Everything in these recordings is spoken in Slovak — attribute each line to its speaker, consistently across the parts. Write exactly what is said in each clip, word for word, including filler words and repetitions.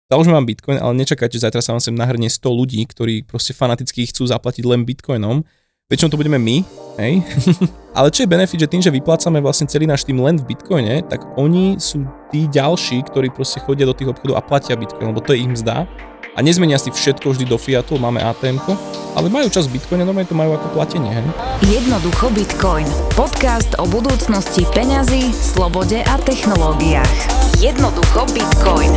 Speaker 1: založím vám Bitcoin, ale nečakajte, že zajtra sa vám sem nahrnie sto ľudí, ktorí proste fanaticky chcú zaplatiť len Bitcoinom. Väčšinou to budeme my, hej? Ale čo je benefit, že tým, že vyplácame vlastne celý náš tým len v Bitcoine, tak oni sú tí ďalší, ktorí proste chodia do tých obchodov a platia Bitcoin, lebo to je ich mzda. A nezmenia si všetko vždy do fiatu, máme á té emko, ale majú čas Bitcoine, normálne to majú ako platenie, hej?
Speaker 2: Jednoducho Bitcoin. Podcast o budúcnosti peňazí, slobode a technológiách. Jednoducho Bitcoin.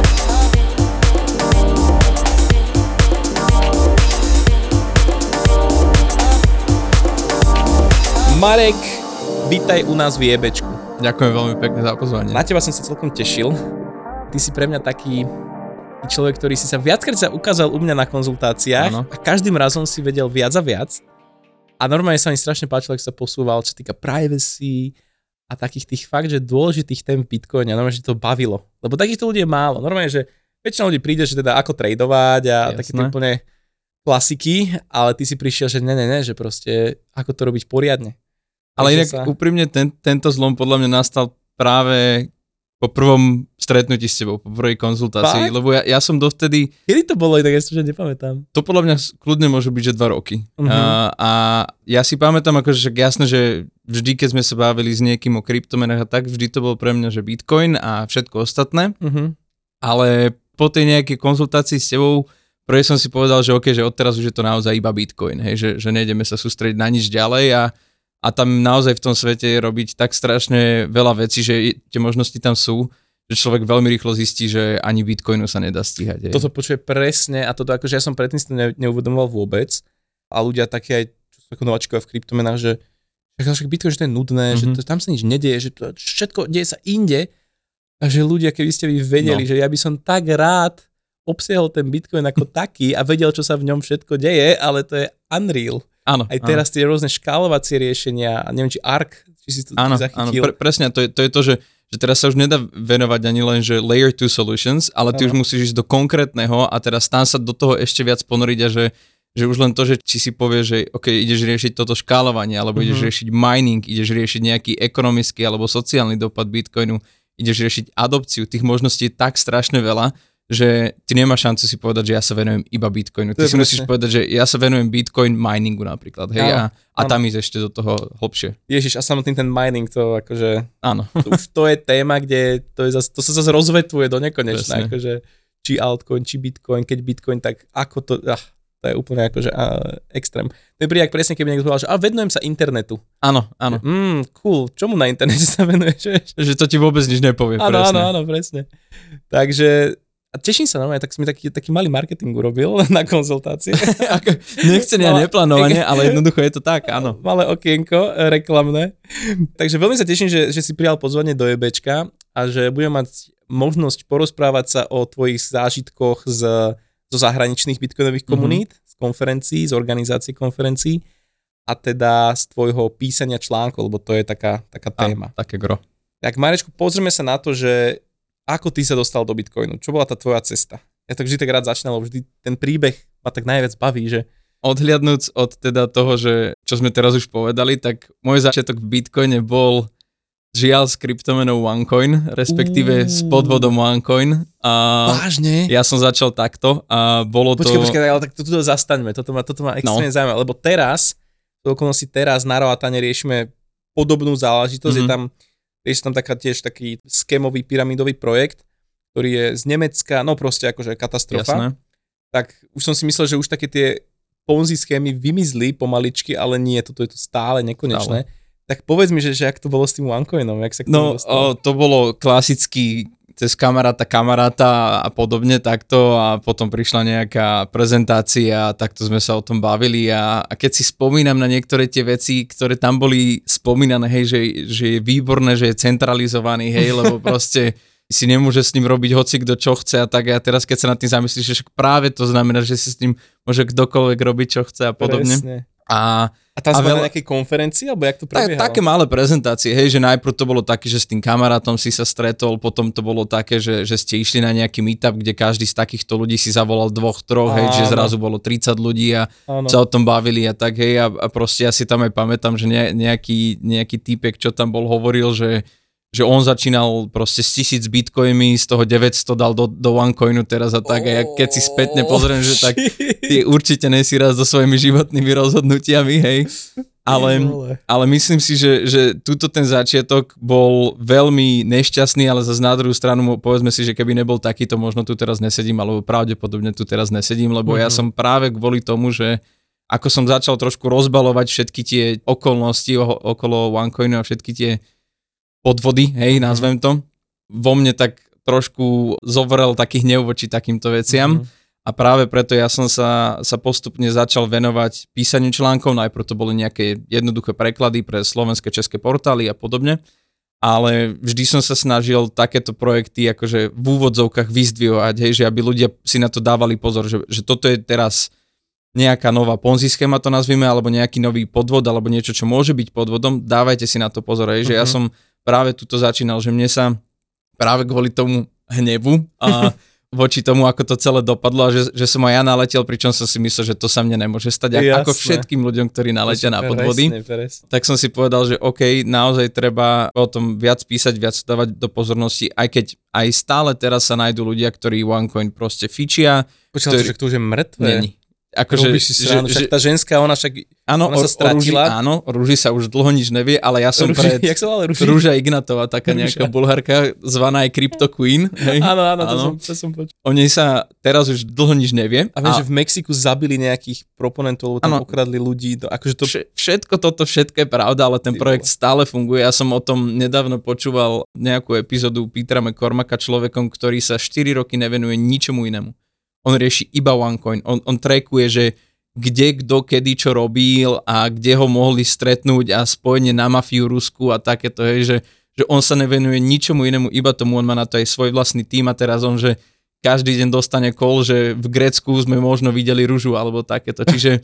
Speaker 1: Marek, vítaj u nás v jebečku.
Speaker 3: Ďakujem veľmi pekne za pozvanie.
Speaker 1: Na teba som sa celkom tešil. Ty si pre mňa taký človek, ktorý si sa viackrát sa ukázal u mňa na konzultáciách. Áno. A každým razom si vedel viac a viac. A normálne sa mi strašne páčilo, ako sa posúval, čo týka privacy a takých tých fakt, že dôležitých tém Bitcoina. Normálne, že to bavilo. Lebo takýchto ľudí je málo. Normálne, že väčšina ľudí príde, že teda ako tradovať a Jasné. Také úplne klasiky, ale ty si prišiel, že ne, ne, ne, že proste ako to robiť poriadne.
Speaker 3: Ale inak sa... úprimne ten, tento zlom podľa mňa nastal práve po prvom stretnutí s tebou, po prvej konzultácii, Fakt? Lebo ja, ja som dovtedy...
Speaker 1: Kedy to bolo, inak ja si už nepamätám.
Speaker 3: To podľa mňa kľudne môže byť, že dva roky. Uh-huh. A, a ja si pamätám, akože jasné, že vždy, keď sme sa bavili s niekým o kryptomenách a tak, vždy to bolo pre mňa, že Bitcoin a všetko ostatné. Uh-huh. Ale po tej nejakej konzultácii s tebou prvé som si povedal, že OK, že odteraz už je to naozaj iba Bitcoin, hej, že, že nejdeme sa sústrediť na nič ďalej a A tam naozaj v tom svete je robiť tak strašne veľa vecí, že tie možnosti tam sú, že človek veľmi rýchlo zistí, že ani Bitcoinu sa nedá stíhať.
Speaker 1: Toto počuje presne a toto akože ja som predtým si to ne, neuvedomoval vôbec a ľudia takí aj, čo sú ako nováčikovia v kryptomenách, že však Bitcoin, že to je nudné, mm-hmm. že to, tam sa nič nedieje, že to, všetko deje sa inde a že ľudia, keby ste vy vedeli, no. že ja by som tak rád obsiahol ten Bitcoin ako taký a vedel, čo sa v ňom všetko deje, ale to je unreal.
Speaker 3: Áno,
Speaker 1: aj teraz áno. tie rôzne škálovacie riešenia, neviem, či ARK, či si to
Speaker 3: áno,
Speaker 1: zachytil.
Speaker 3: Áno, pre, presne, to je, to je to, že, že teraz sa už nedá venovať ani len, že layer two solutions, ale ty áno. už musíš ísť do konkrétneho a teraz tam sa do toho ešte viac ponoriť a že, že už len to, že či si povie, že OK, ideš riešiť toto škálovanie, alebo mm-hmm. ideš riešiť mining, ideš riešiť nejaký ekonomický alebo sociálny dopad Bitcoinu, ideš riešiť adopciu, tých možností je tak strašne veľa, že ty nemáš šancu si povedať, že ja sa venujem iba Bitcoinu. Ty si presne. Musíš povedať, že ja sa venujem Bitcoin miningu napríklad. Hej, áno, a, a tam ísť ešte do toho hlbšie.
Speaker 1: Ježiš, a samotný ten mining, to akože...
Speaker 3: Áno.
Speaker 1: To už to je téma, kde to, je zase, to sa zase rozvetuje do nekonečna. Akože, či altcoin, či Bitcoin, keď Bitcoin, tak ako to... Ach, to je úplne akože uh, extrém. To je príjak presne, keby niekto povedal, že a venujem sa internetu.
Speaker 3: Áno, áno.
Speaker 1: Mm, cool, čomu na internete sa venuješ?
Speaker 3: Že to ti vôbec nič nepovie.
Speaker 1: Áno,
Speaker 3: presne.
Speaker 1: áno, áno, presne. Takže... A teším sa normálne, tak som mi taký, taký malý marketing urobil na konzultácie.
Speaker 3: Nechcene a neplánovane, ale jednoducho je to tak, áno.
Speaker 1: Malé okienko reklamné. Takže veľmi sa teším, že, že si prijal pozvanie do jebečka a že budem mať možnosť porozprávať sa o tvojich zážitkoch z, zo zahraničných bitcoinových komunít, mm-hmm. z konferencií, z organizácií konferencií a teda z tvojho písania článkov, lebo to je taká, taká téma.
Speaker 3: Á, také gro.
Speaker 1: Tak Marečku, pozrieme sa na to, že ako ty sa dostal do Bitcoinu? Čo bola tá tvoja cesta? Ja tak vždy tak rád začínal, vždy ten príbeh ma tak najviac baví, že...
Speaker 3: Odhliadnúc od teda toho, že čo sme teraz už povedali, tak môj začiatok v Bitcoine bol žiaľ s kryptomenou OneCoin, respektíve s podvodom OneCoin. A
Speaker 1: Vážne?
Speaker 3: Ja som začal takto a bolo
Speaker 1: počkej,
Speaker 3: to...
Speaker 1: Počkej, ale tak toto zastaňme, toto ma, toto ma extrémne no. zaujíma, lebo teraz, do okolnosti teraz na Roatane riešime podobnú záležitosť, mm-hmm. je tam... Je tam taká tiež taký skémový pyramidový projekt, ktorý je z Nemecka, no proste akože katastrofa.
Speaker 3: Jasné.
Speaker 1: Tak už som si myslel, že už také tie Ponzi schémy vymizli pomaličky, ale nie, toto je tu stále nekonečné. Stále. Tak povedz mi, že, že ak to bolo s tým OneCoinom, jak sa k tomu
Speaker 3: No, o, to bolo klasický cez kamaráta, kamaráta a podobne takto a potom prišla nejaká prezentácia a takto sme sa o tom bavili a, a keď si spomínam na niektoré tie veci, ktoré tam boli spomínané, hej, že, že je výborné, že je centralizovaný, hej, lebo proste si nemôže s ním robiť hoci kto čo chce a tak a teraz keď sa nad tým zamyslíš, že práve to znamená, že si s ním môže kdokoľvek robiť čo chce a podobne.
Speaker 1: Presne.
Speaker 3: A,
Speaker 1: a tam sme
Speaker 3: veľa...
Speaker 1: na nejakej konferencii, alebo jak to prebiehalo?
Speaker 3: Tak, také malé prezentácie, hej, že najprv to bolo také, že s tým kamarátom si sa stretol, potom to bolo také, že, že ste išli na nejaký meetup, kde každý z takýchto ľudí si zavolal dvoch, troch, hej, že zrazu bolo tridsať ľudí a áno. sa o tom bavili a tak, hej, a, a proste ja si tam aj pamätám, že ne, nejaký, nejaký týpek, čo tam bol, hovoril, že že on začínal proste s tisíc bitcoinmi, z toho deväťsto dal do, do OneCoinu teraz a tak. Oh, a ja keď si spätne pozriem, že tak ty určite nesi raz so svojimi životnými rozhodnutiami, hej. Ale, ale myslím si, že, že túto ten začiatok bol veľmi nešťastný, ale zase na druhú stranu povedzme si, že keby nebol takýto, možno tu teraz nesedím, alebo pravdepodobne tu teraz nesedím, lebo mm-hmm. ja som práve kvôli tomu, že ako som začal trošku rozbalovať všetky tie okolnosti okolo OneCoinu a všetky tie podvody, hej, nazvem to, vo mne tak trošku zovrel taký hnev voči takýmto veciam mm-hmm. a práve preto ja som sa, sa postupne začal venovať písaniu článkov, najprv to boli nejaké jednoduché preklady pre slovenské, české portály a podobne, ale vždy som sa snažil takéto projekty akože v úvodzovkách vyzdvihovať, hej, že aby ľudia si na to dávali pozor, že, že toto je teraz nejaká nová Ponzi schéma, to nazvime, alebo nejaký nový podvod, alebo niečo, čo môže byť podvodom, dávajte si na to pozor, hej, že mm-hmm. ja som práve tuto začínal, že mne sa práve kvôli tomu hnevu a voči tomu, ako to celé dopadlo a že, že som aj ja naletel, pričom som si myslel, že to sa mne nemôže stať, ako všetkým ľuďom, ktorí naletia na podvody. Presne, presne. Tak som si povedal, že OK, naozaj treba o tom viac písať, viac dávať do pozornosti, aj keď aj stále teraz sa nájdú ľudia, ktorí OneCoin proste fičia.
Speaker 1: Počkaj, že to už je mŕtve.
Speaker 3: Není. Akože,
Speaker 1: si sránu, že, však tá ženská, ona však áno, ona sa stratila.
Speaker 3: Rúži, áno, Rúži sa už dlho nič nevie, ale ja som Rúži, pred...
Speaker 1: Jak sa volá Rúži?
Speaker 3: Rúža Ignatová, taká Rúža. Nejaká bulharka, zvaná aj Crypto Queen. Hej?
Speaker 1: Áno, áno, to som, to som počul.
Speaker 3: O nej sa teraz už dlho nič nevie.
Speaker 1: A vieš, a... že v Mexiku zabili nejakých proponentov, lebo tam áno, okradli ľudí. Do, akože to...
Speaker 3: Všetko toto, všetko je pravda, ale ten projekt stále funguje. Ja som o tom nedávno počúval nejakú epizódu Petera McCormacka, človekom, ktorý sa štyri roky nevenuje ničomu inému. On rieši iba OneCoin. On, on trackuje, že kde, kto, kedy, čo robil a kde ho mohli stretnúť a spojenie na mafiu Rusku a takéto, hej, že, že on sa nevenuje ničomu inému, iba tomu, on má na to aj svoj vlastný tím a teraz on, že každý deň dostane call, že v Grécku sme možno videli ružu alebo takéto, čiže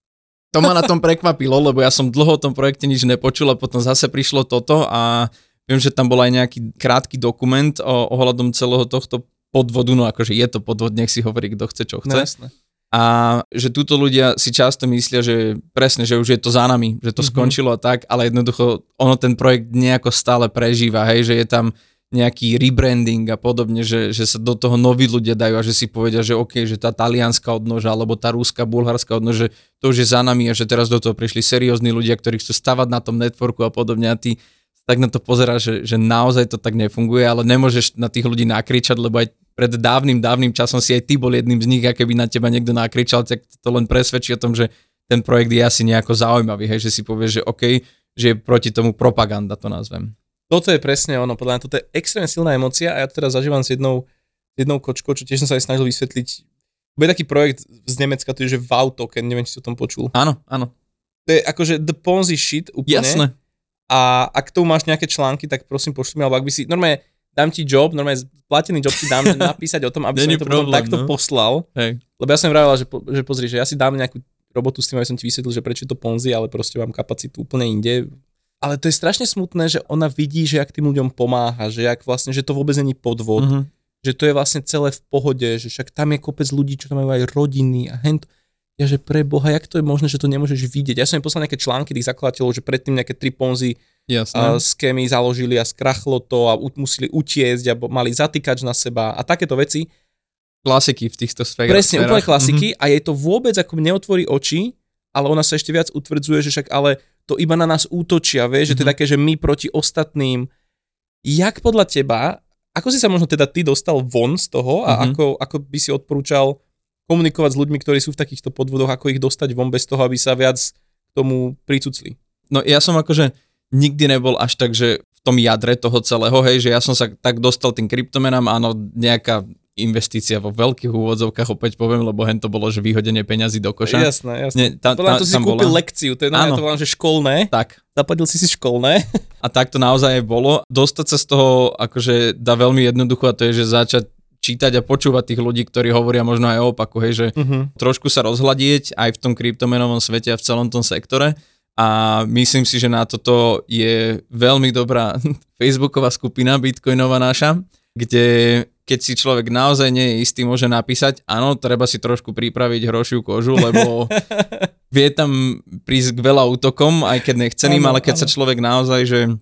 Speaker 3: to ma na tom prekvapilo, lebo ja som dlho o tom projekte nič nepočul a potom zase prišlo toto a viem, že tam bol aj nejaký krátky dokument o, ohľadom celého tohto podvodu, no akože je to podvod, nech si hovorí, kto chce, čo chce. No, jasné. A že túto ľudia si často myslia, že presne, že už je to za nami, že to mm-hmm. skončilo a tak, ale jednoducho ono ten projekt nejako stále prežíva, hej, že je tam nejaký rebranding a podobne, že, že sa do toho noví ľudia dajú a že si povedia, že OK, že tá talianská odnoža alebo tá ruská, bulharská odnoža, že to už je za nami a že teraz do toho prišli seriózni ľudia, ktorí chcú stavať na tom networku a podobne a ty tak na to pozeráš, že, že naozaj to tak nefunguje, ale nemôžeš na tých ľudí nakričať, lebo aj pred dávnym, dávnym časom si aj ty bol jedným z nich a keby na teba niekto nakričal, tak to len presvedčí o tom, že ten projekt je asi nejako zaujímavý, hej, že si povieš, že OK, že je proti tomu propaganda, to nazvem.
Speaker 1: Toto je presne ono, podľa mňa toto je extrémne silná emócia a ja to teraz zažívam s jednou, jednou kočkou, čo tiež som sa aj snažil vysvetliť. Bude taký projekt z Nemecka, to je, že Wow Token, neviem, či si o tom počul.
Speaker 3: Áno, áno.
Speaker 1: To je akože the Ponzi shit úplne.
Speaker 3: Jasné.
Speaker 1: A ak tu máš nejaké články, tak prosím pošli mi, alebo ak by si, normálne dám ti job, normálne platený job ti dám napísať o tom, aby som to potom takto no? poslal. Hej. Lebo ja som vravila, že, že pozri, že ja si dám nejakú robotu s tým, aby som ti vysvetlil, že prečo je to Ponzi, ale proste mám kapacitu úplne inde. Ale to je strašne smutné, že ona vidí, že jak tým ľuďom pomáha, že jak vlastne, že to vôbec není podvod, uh-huh. že to je vlastne celé v pohode, že však tam je kopec ľudí, čo tam majú aj rodiny a hento. Ja, že pre Boha, jak to je možné, že to nemôžeš vidieť? Ja som im poslal nejaké články tých zakladateľov, že predtým nejaké tri Ponzi uh, skémy založili a skrachlo to a u- museli utiecť a mali zatýkač na seba a takéto veci.
Speaker 3: Klasiky v týchto sférach.
Speaker 1: Presne, úplne klasiky mm-hmm. a jej to vôbec ako neotvorí oči, ale ona sa ešte viac utvrdzuje, že však ale to iba na nás útočia, vieš, mm-hmm. že to je také, že my proti ostatným. Jak podľa teba, ako si sa možno teda ty dostal von z toho a mm-hmm. ako, ako by si odporúčal komunikovať s ľuďmi, ktorí sú v takýchto podvodoch, ako ich dostať von bez toho, aby sa viac k tomu pricucli?
Speaker 3: No ja som akože nikdy nebol až tak, že v tom jadre toho celého, hej, že ja som sa tak dostal tým kryptomenám, áno, nejaká investícia vo veľkých úvodzovkách, opäť poviem, lebo hen to bolo, že vyhodenie peňazí do koša.
Speaker 1: Jasné, jasné. Nie, tá, Podľa tá, to si kúpil bola... lekciu, to je na to volám, že školné.
Speaker 3: Tak.
Speaker 1: Zaplatil si si školné.
Speaker 3: A tak to naozaj bolo. Dostať sa z toho akože dá veľmi jednoducho a to je, že začať čítať a počúvať tých ľudí, ktorí hovoria možno aj o opaku, hej, že uh-huh. trošku sa rozhľadieť aj v tom kryptomenovom svete a v celom tom sektore a myslím si, že na toto je veľmi dobrá facebooková skupina Bitcoinová naša, kde keď si človek naozaj nie je istý, môže napísať, áno, treba si trošku pripraviť hrošiu kožu, lebo vie tam prísť k veľa útokom, aj keď nechceným, ale keď ano. sa človek naozaj, že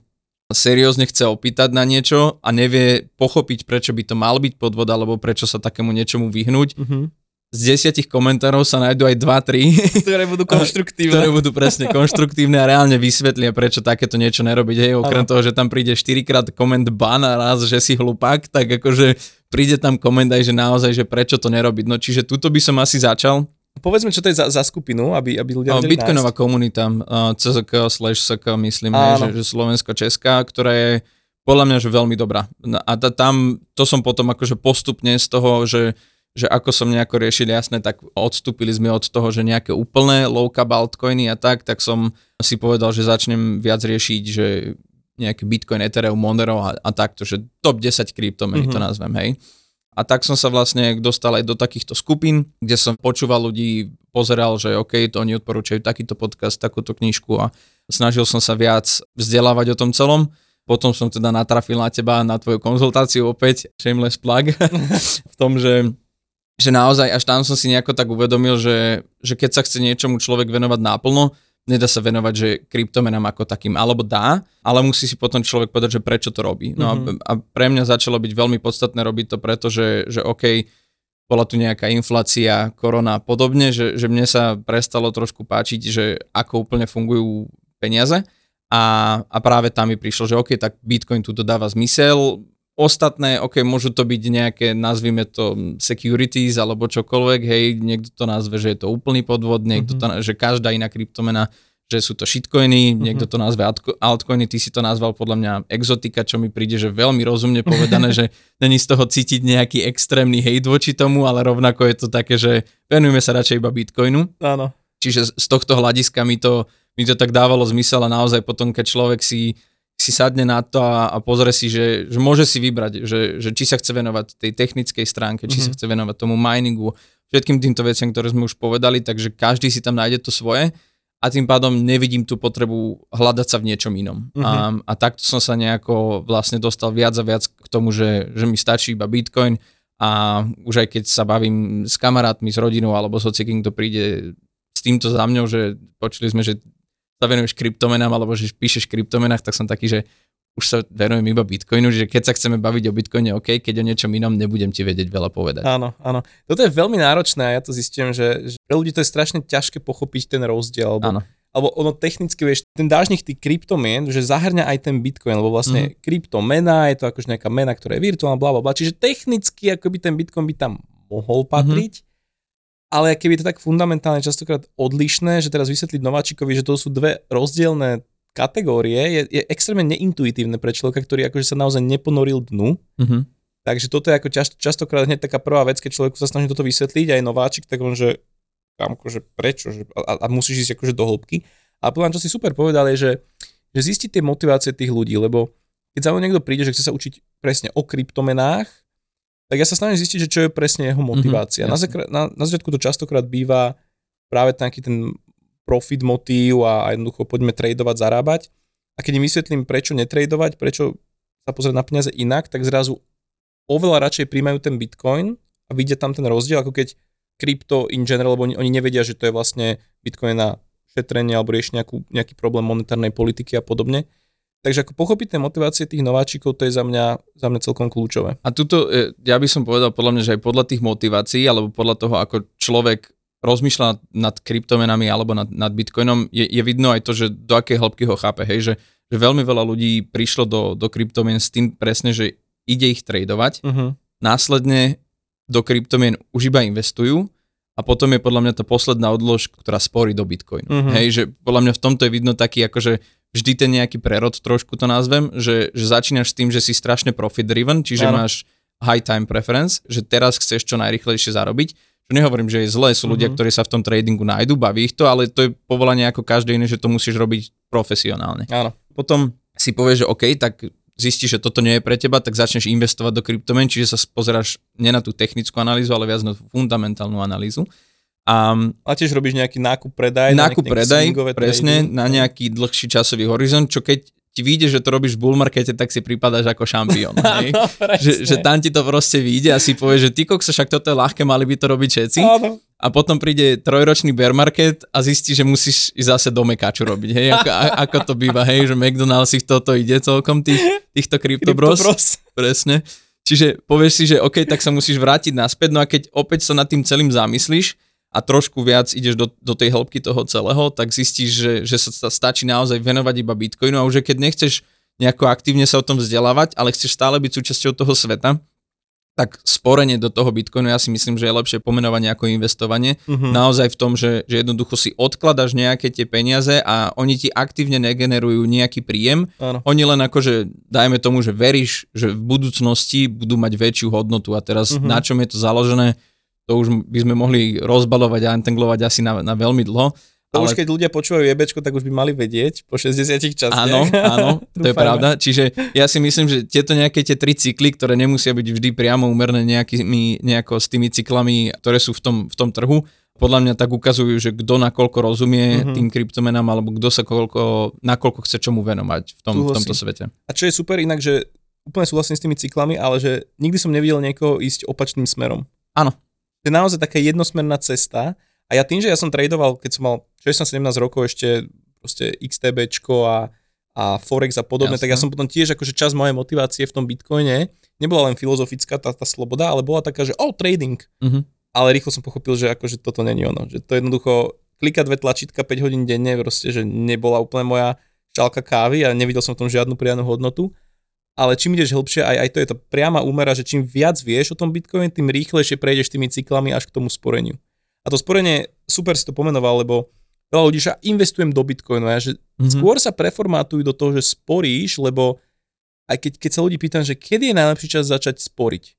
Speaker 3: seriózne chce opýtať na niečo a nevie pochopiť, prečo by to mal byť podvod, alebo prečo sa takému niečomu vyhnúť. Mm-hmm. Z desiatich komentárov sa nájdú aj dva tri,
Speaker 1: ktoré budú konštruktívne.
Speaker 3: Ktoré budú presne konštruktívne a reálne vysvetlia, prečo takéto niečo nerobiť. Hej, okrem ano. toho, že tam príde štyrikrát koment ban a raz, že si hlupák, tak akože príde tam koment aj, že naozaj, že prečo to nerobiť. No čiže tuto by som asi začal.
Speaker 1: Povedzme, čo to je za, za skupinu, aby, aby ľudia vedeli nájsť.
Speaker 3: Bitcoinová komunita, uh, cé zet ká slash es ká, myslím, že, že Slovensko-Česká, ktorá je podľa mňa že veľmi dobrá. A ta, tam, to som potom akože postupne z toho, že, že ako som nejako riešil, jasné, tak odstúpili sme od toho, že nejaké úplné low-cap altcoiny a tak, tak som si povedal, že začnem viac riešiť, že nejaké Bitcoin, Ethereum, Monero a, a takto, že top desať kryptomeny mm-hmm. to nazvem, hej. A tak som sa vlastne dostal aj do takýchto skupín, kde som počúval ľudí, pozeral, že OK, to oni odporúčajú takýto podcast, takúto knižku a snažil som sa viac vzdelávať o tom celom. Potom som teda natrafil na teba, na tvoju konzultáciu opäť, shameless plug, v tom, že, že naozaj až tam som si nejako tak uvedomil, že, že keď sa chce niečomu človek venovať náplno, nedá sa venovať, že kryptomenám ako takým, alebo dá, ale musí si potom človek povedať, že prečo to robí. No mm-hmm. a, a pre mňa začalo byť veľmi podstatné robiť to preto, že, že OK, bola tu nejaká inflácia, korona a podobne, že, že mne sa prestalo trošku páčiť, že ako úplne fungujú peniaze a, a práve tam mi prišlo, že OK, tak Bitcoin tu dáva zmysel. Ostatné, OK, môžu to byť nejaké, nazvime to securities alebo čokoľvek, hej, niekto to nazve, že je to úplný podvod, niekto mm-hmm. to, že každá iná kryptomena, že sú to shitcoiny, mm-hmm. niekto to nazve altcoiny, ty si to nazval podľa mňa exotika, čo mi príde, že veľmi rozumne povedané, že není z toho cítiť nejaký extrémny hejt voči tomu, ale rovnako je to také, že venujeme sa radšej iba Bitcoinu.
Speaker 1: Áno.
Speaker 3: Čiže z tohto hľadiska mi to, mi to tak dávalo zmysel a naozaj potom, keď človek si si sadne na to a, a pozrie si, že, že môže si vybrať, že, že či sa chce venovať tej technickej stránke, či mm-hmm. sa chce venovať tomu miningu, všetkým týmto veciam, ktoré sme už povedali, takže každý si tam nájde to svoje a tým pádom nevidím tú potrebu hľadať sa v niečom inom. Mm-hmm. A, a takto som sa nejako vlastne dostal viac a viac k tomu, že, že mi stačí iba Bitcoin a už aj keď sa bavím s kamarátmi, s rodinou alebo s hocikým, kto príde s týmto za mňou, že počuli sme, že sa venuješ kryptomenám, alebo že píšeš kryptomenách, tak som taký, že už sa venujem iba Bitcoinu, že keď sa chceme baviť o Bitcoine, OK, keď o niečom inom nebudem ti vedieť veľa povedať.
Speaker 1: Áno, áno. Toto je veľmi náročné a ja to zistím, že, že pre ľudí to je strašne ťažké pochopiť ten rozdiel, alebo, alebo ono technicky, vieš, ten dážnik tých kryptomien, že zahrňa aj ten Bitcoin, lebo vlastne mm. kryptomena, je to akože nejaká mena, ktorá je virtuálna, bla, bla, bla, čiže technicky akoby ten Bitcoin by tam mohol patriť. Mm-hmm. Ale keby je to tak fundamentálne častokrát odlišné, že teraz vysvetliť nováčikovi, že to sú dve rozdielne kategórie, je, je extrémne neintuitívne pre človeka, ktorý akože sa naozaj neponoril dnu. Mm-hmm. Takže toto je ako čas, častokrát hneď taká prvá vec, keď človeku sa snaží toto vysvetliť, aj nováčik, tak on, že kámko, že prečo, že, a, a musíš ísť akože do hĺbky. A poviem, čo si super povedal, je, že, že zistiť tie motivácie tých ľudí, lebo keď za mnou niekto príde, že chce sa učiť presne o kryptomenách, tak ja sa snažím zistiť, že čo je presne jeho motivácia. Mm-hmm, na, zakra- na, na začiatku to častokrát býva práve taký ten profit motív a, a jednoducho poďme tradovať, zarábať. A keď im vysvetlím, prečo netradovať, prečo sa pozrieť na peniaze inak, tak zrazu oveľa radšej príjmajú ten Bitcoin a vidia tam ten rozdiel, ako keď krypto in general, lebo oni, oni nevedia, že to je vlastne Bitcoin na šetrenie alebo rieši nejakú, nejaký problém monetárnej politiky a podobne. Takže ako pochopiť tie motivácie tých nováčikov, to je za mňa, za mňa celkom kľúčové.
Speaker 3: A tuto, ja by som povedal podľa mňa, že aj podľa tých motivácií, alebo podľa toho, ako človek rozmýšľa nad kryptomenami alebo nad, nad Bitcoinom, je, je vidno aj to, že do akej hĺbky ho chápe, hej, že, že veľmi veľa ľudí prišlo do, do kryptomien s tým presne, že ide ich tradovať, uh-huh. následne do kryptomien už iba investujú a potom je podľa mňa tá posledná odlož, ktorá sporí do Bitcoinu. Uh-huh. Hej, že podľa mňa v tomto je vidno taký akože vždy ten nejaký prerod, trošku to nazvem, že, že začínaš s tým, že si strašne profit driven, čiže ano. Máš high time preference, že teraz chceš čo najrýchlejšie zarobiť. Čo nehovorím, že je zlé, sú ľudia, mm-hmm. ktorí sa v tom tradingu nájdu, baví ich to, ale to je povolanie ako každé iné, že to musíš robiť profesionálne.
Speaker 1: Áno.
Speaker 3: Potom si povieš, že OK, tak zistíš, že toto nie je pre teba, tak začneš investovať do kryptomien, čiže sa pozeráš nie na tú technickú analýzu, ale viac na tú fundamentálnu analýzu. A,
Speaker 1: a tiež robíš nejaký nákup-predaj.
Speaker 3: Nákup-predaj, presne, trady. Na nejaký dlhší časový horizont, čo keď ti vyjde, že to robíš v bull markete, tak si pripadáš ako šampión. Hej?
Speaker 1: Áno,
Speaker 3: že, že tam ti to proste vyjde a si povieš, že ty kokso, však toto je ľahké, mali by to robiť všetci.
Speaker 1: Áno.
Speaker 3: a potom príde trojročný bear market a zistí, že musíš ísť zase do mekaču robiť, hej, ako, a, ako to býva, hej, že McDonald's ich toto ide celkom, tých, týchto kryptobros. Presne. Čiže povieš si, že OK, tak sa musíš vrátiť naspäť, no a keď opäť sa nad tým celým zamyslíš a trošku viac ideš do, do tej hĺbky toho celého, tak zistíš, že, že sa stačí naozaj venovať iba Bitcoinu a už keď nechceš nejako aktívne sa o tom vzdelávať, ale chceš stále byť súčasťou toho sveta, tak sporenie do toho Bitcoinu ja si myslím, že je lepšie pomenovanie ako investovanie. Mm-hmm. Naozaj v tom, že, že jednoducho si odkladaš nejaké tie peniaze a oni ti aktívne negenerujú nejaký príjem. Áno. Oni len akože, dajme tomu, že veríš, že v budúcnosti budú mať väčšiu hodnotu a teraz mm-hmm. na čom je to založené, to už by sme mohli rozbalovať a entanglovať asi na, na veľmi dlho.
Speaker 1: To ale... už keď ľudia počúvajú jebečko, tak už by mali vedieť po šesťdesiatich častiach.
Speaker 3: Áno, áno, to je pravda. Čiže ja si myslím, že tieto nejaké tie tri cykly, ktoré nemusia byť vždy priamo úmerné nejakými, nejako s tými cyklami, ktoré sú v tom, v tom trhu, podľa mňa tak ukazujú, že kto nakoľko rozumie mm-hmm. tým kryptomenám, alebo kto sa koľko, nakoľko chce čomu venovať v, tom, v tomto svete.
Speaker 1: A čo je super inak, že úplne súhlasím s tými cyklami, ale že nikdy som nevidel niekoho ísť opačným smerom.
Speaker 3: Áno.
Speaker 1: To je naozaj taká jednosmerná cesta. A ja tým, že ja som tradoval, keď som mal šestnásť sedemnásť rokov ešte proste XTBčko a, a Forex a podobne, Jasne. Tak ja som potom tiež akože časť mojej motivácie v tom Bitcoine nebola len filozofická tá, tá sloboda, ale bola taká, že oh, trading. Uh-huh. Ale rýchlo som pochopil, že akože toto není ono. Že to jednoducho klikať dve tlačítka päť hodín denne, proste, že nebola úplne moja šálka kávy a nevidel som v tom žiadnu pridanú hodnotu. Ale čím ideš hĺbšie, aj, aj to je to priama úmera, že čím viac vieš o tom Bitcoine, tým rýchlejšie prejdeš tými cyklami až k tomu sporeniu. A to sporenie, super si to pomenoval, lebo veľa ľudí, že investujem do Bitcoinu, ja, že mm-hmm. skôr sa preformátujú do toho, že sporíš, lebo aj keď, keď sa ľudí pýtam, že kedy je najlepší čas začať sporiť?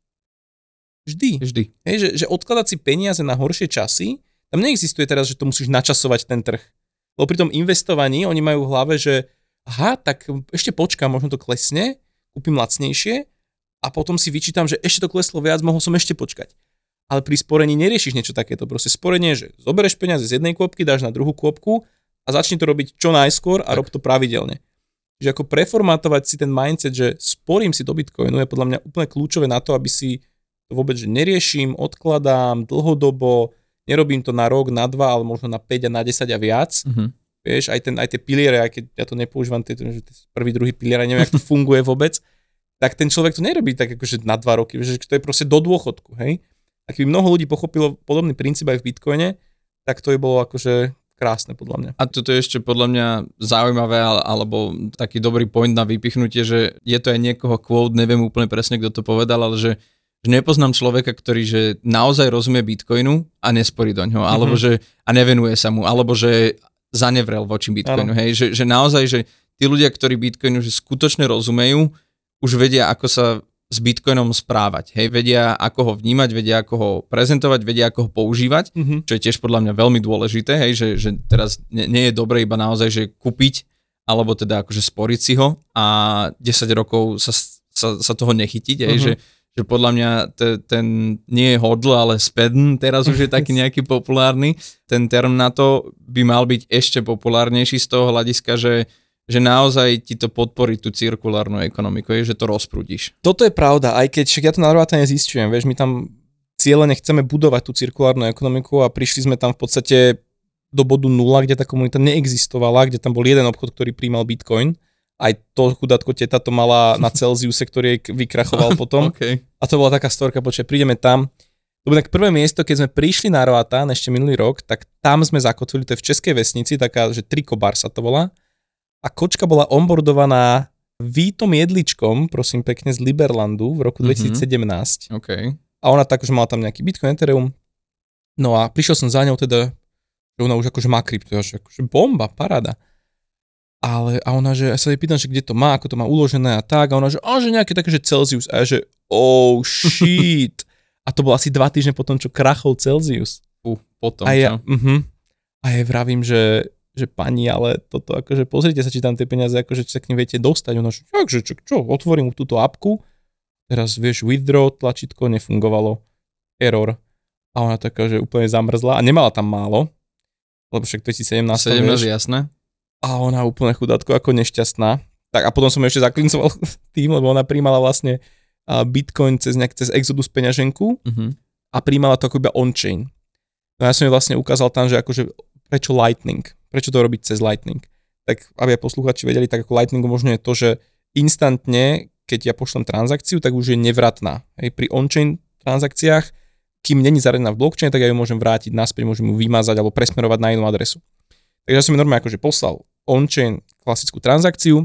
Speaker 1: Vždy.
Speaker 3: Vždy.
Speaker 1: Hej, že, že odkladať si peniaze na horšie časy, tam neexistuje teraz, že to musíš načasovať ten trh. Lebo pri tom investovaní oni majú v hlave, že aha, tak ešte počkám, možno to klesne, kúpim lacnejšie a potom si vyčítam, že ešte to kleslo viac, mohol som ešte počkať. Ale pri sporení neriešiš niečo takéto. Proste sporenie je, že zoberieš peniaze z jednej kôpky, dáš na druhú kôpku a začni to robiť čo najskôr a tak. Rob to pravidelne. Že ako preformátovať si ten mindset, že sporím si do Bitcoinu je podľa mňa úplne kľúčové na to, aby si to vôbec, že neriešim, odkladám dlhodobo, nerobím to na rok, na dva, ale možno na päť a na desať a viac. Mm-hmm. Vieš, aj, ten, aj tie piliere, aj keď ja to nepoužívam, tie, že prvý, druhý pilier, neviem, jak to funguje vôbec, tak ten človek to nerobí tak akože na dva roky, že to je proste do dôchodku, hej. A keby mnoho ľudí pochopilo podobný princíp aj v Bitcoine, tak to je bolo akože krásne podľa mňa.
Speaker 3: A toto je ešte podľa mňa zaujímavé, alebo taký dobrý point na vypichnutie, že je to aj niekoho quote, neviem úplne presne, kto to povedal, ale že, že nepoznám človeka, ktorý že naozaj rozumie Bitcoinu a nesporí do ňoho, mm-hmm. alebo že a nevenuje sa mu, alebo že zanevrel voči Bitcoinu, hej, že, že naozaj, že tí ľudia, ktorí Bitcoinu že skutočne rozumejú, už vedia, ako sa s Bitcoinom správať. Hej, vedia, ako ho vnímať, vedia, ako ho prezentovať, vedia, ako ho používať, mm-hmm. čo je tiež podľa mňa veľmi dôležité, hej, že, že teraz nie, nie je dobré iba naozaj, že kúpiť, alebo teda akože sporiť si ho a desať rokov sa, sa, sa toho nechytiť, hej, mm-hmm. že, že podľa mňa te, ten nie je hodl, ale spedn, teraz už je taký nejaký populárny, ten term na to by mal byť ešte populárnejší z toho hľadiska, že že naozaj ti to podporí tú cirkulárnu ekonomiku, je, že to rozprúdiš.
Speaker 1: Toto je pravda, aj keď však ja to na Narvátane zistujem, vieš, my tam cieľene chceme budovať tú cirkulárnu ekonomiku a prišli sme tam v podstate do bodu nula, kde tá komunita neexistovala, kde tam bol jeden obchod, ktorý prijímal Bitcoin. Aj to chudátko teta to mala na Celsiuse, ktorý jej vykrachoval potom. Okay. A to bola taká storka, počkaj, prídeme tam. To bolo tak prvé miesto, keď sme prišli na Narvátán ešte minulý rok, tak tam sme zakotvili, to je v Českej vesnici, taká, že Trikobar sa to volá. A kočka bola onboardovaná Vítom Jedličkom, prosím pekne, z Liberlandu v roku dvetisíc sedemnásť.
Speaker 3: Mm-hmm. Okay.
Speaker 1: A ona tak, že mala tam nejaký Bitcoin, Ethereum. No a prišiel som za ňou teda, že ona už akože má krypto, že akože bomba, paráda. Ale a ona, že ja sa jej pýtam, že kde to má, ako to má uložené a tak. A ona, že, a že nejaké také, že Celsius. A ja, že oh shit. A to bolo asi dva týždne potom, čo krachol Celsius.
Speaker 3: Uh, potom,
Speaker 1: a ja, uh-huh. A ja vravím, že že pani, ale toto akože pozrite sa, či tam tie peniaze akože či sa k nim viete dostať. Ono, že takže, čo, čo, otvorím túto apku, teraz vieš, withdraw, tlačítko nefungovalo, error. A ona taká, že úplne zamrzla a nemala tam málo, lebo však dvetisíc sedemnásť,
Speaker 3: sedemnásť jasné.
Speaker 1: A ona úplne chudátko ako nešťastná. Tak a potom som ešte zaklincoval tým, lebo ona príjmala vlastne Bitcoin cez nejak, cez Exodus peňaženku uh-huh. a príjmala to ako iba on-chain. No ja som jej vlastne ukázal tam, že akože prečo Lightning, prečo to robiť cez Lightning. Tak aby aj posluchači vedeli, tak ako Lightning umožňuje to, že instantne, keď ja pošlem transakciu, tak už je nevratná. Hej, pri on-chain transakciách, kým není zaradená v blockchain, tak ja ju môžem vrátiť naspäť, môžem ju vymazať alebo presmerovať na inú adresu. Takže ja som mi normálne akože poslal on-chain klasickú transakciu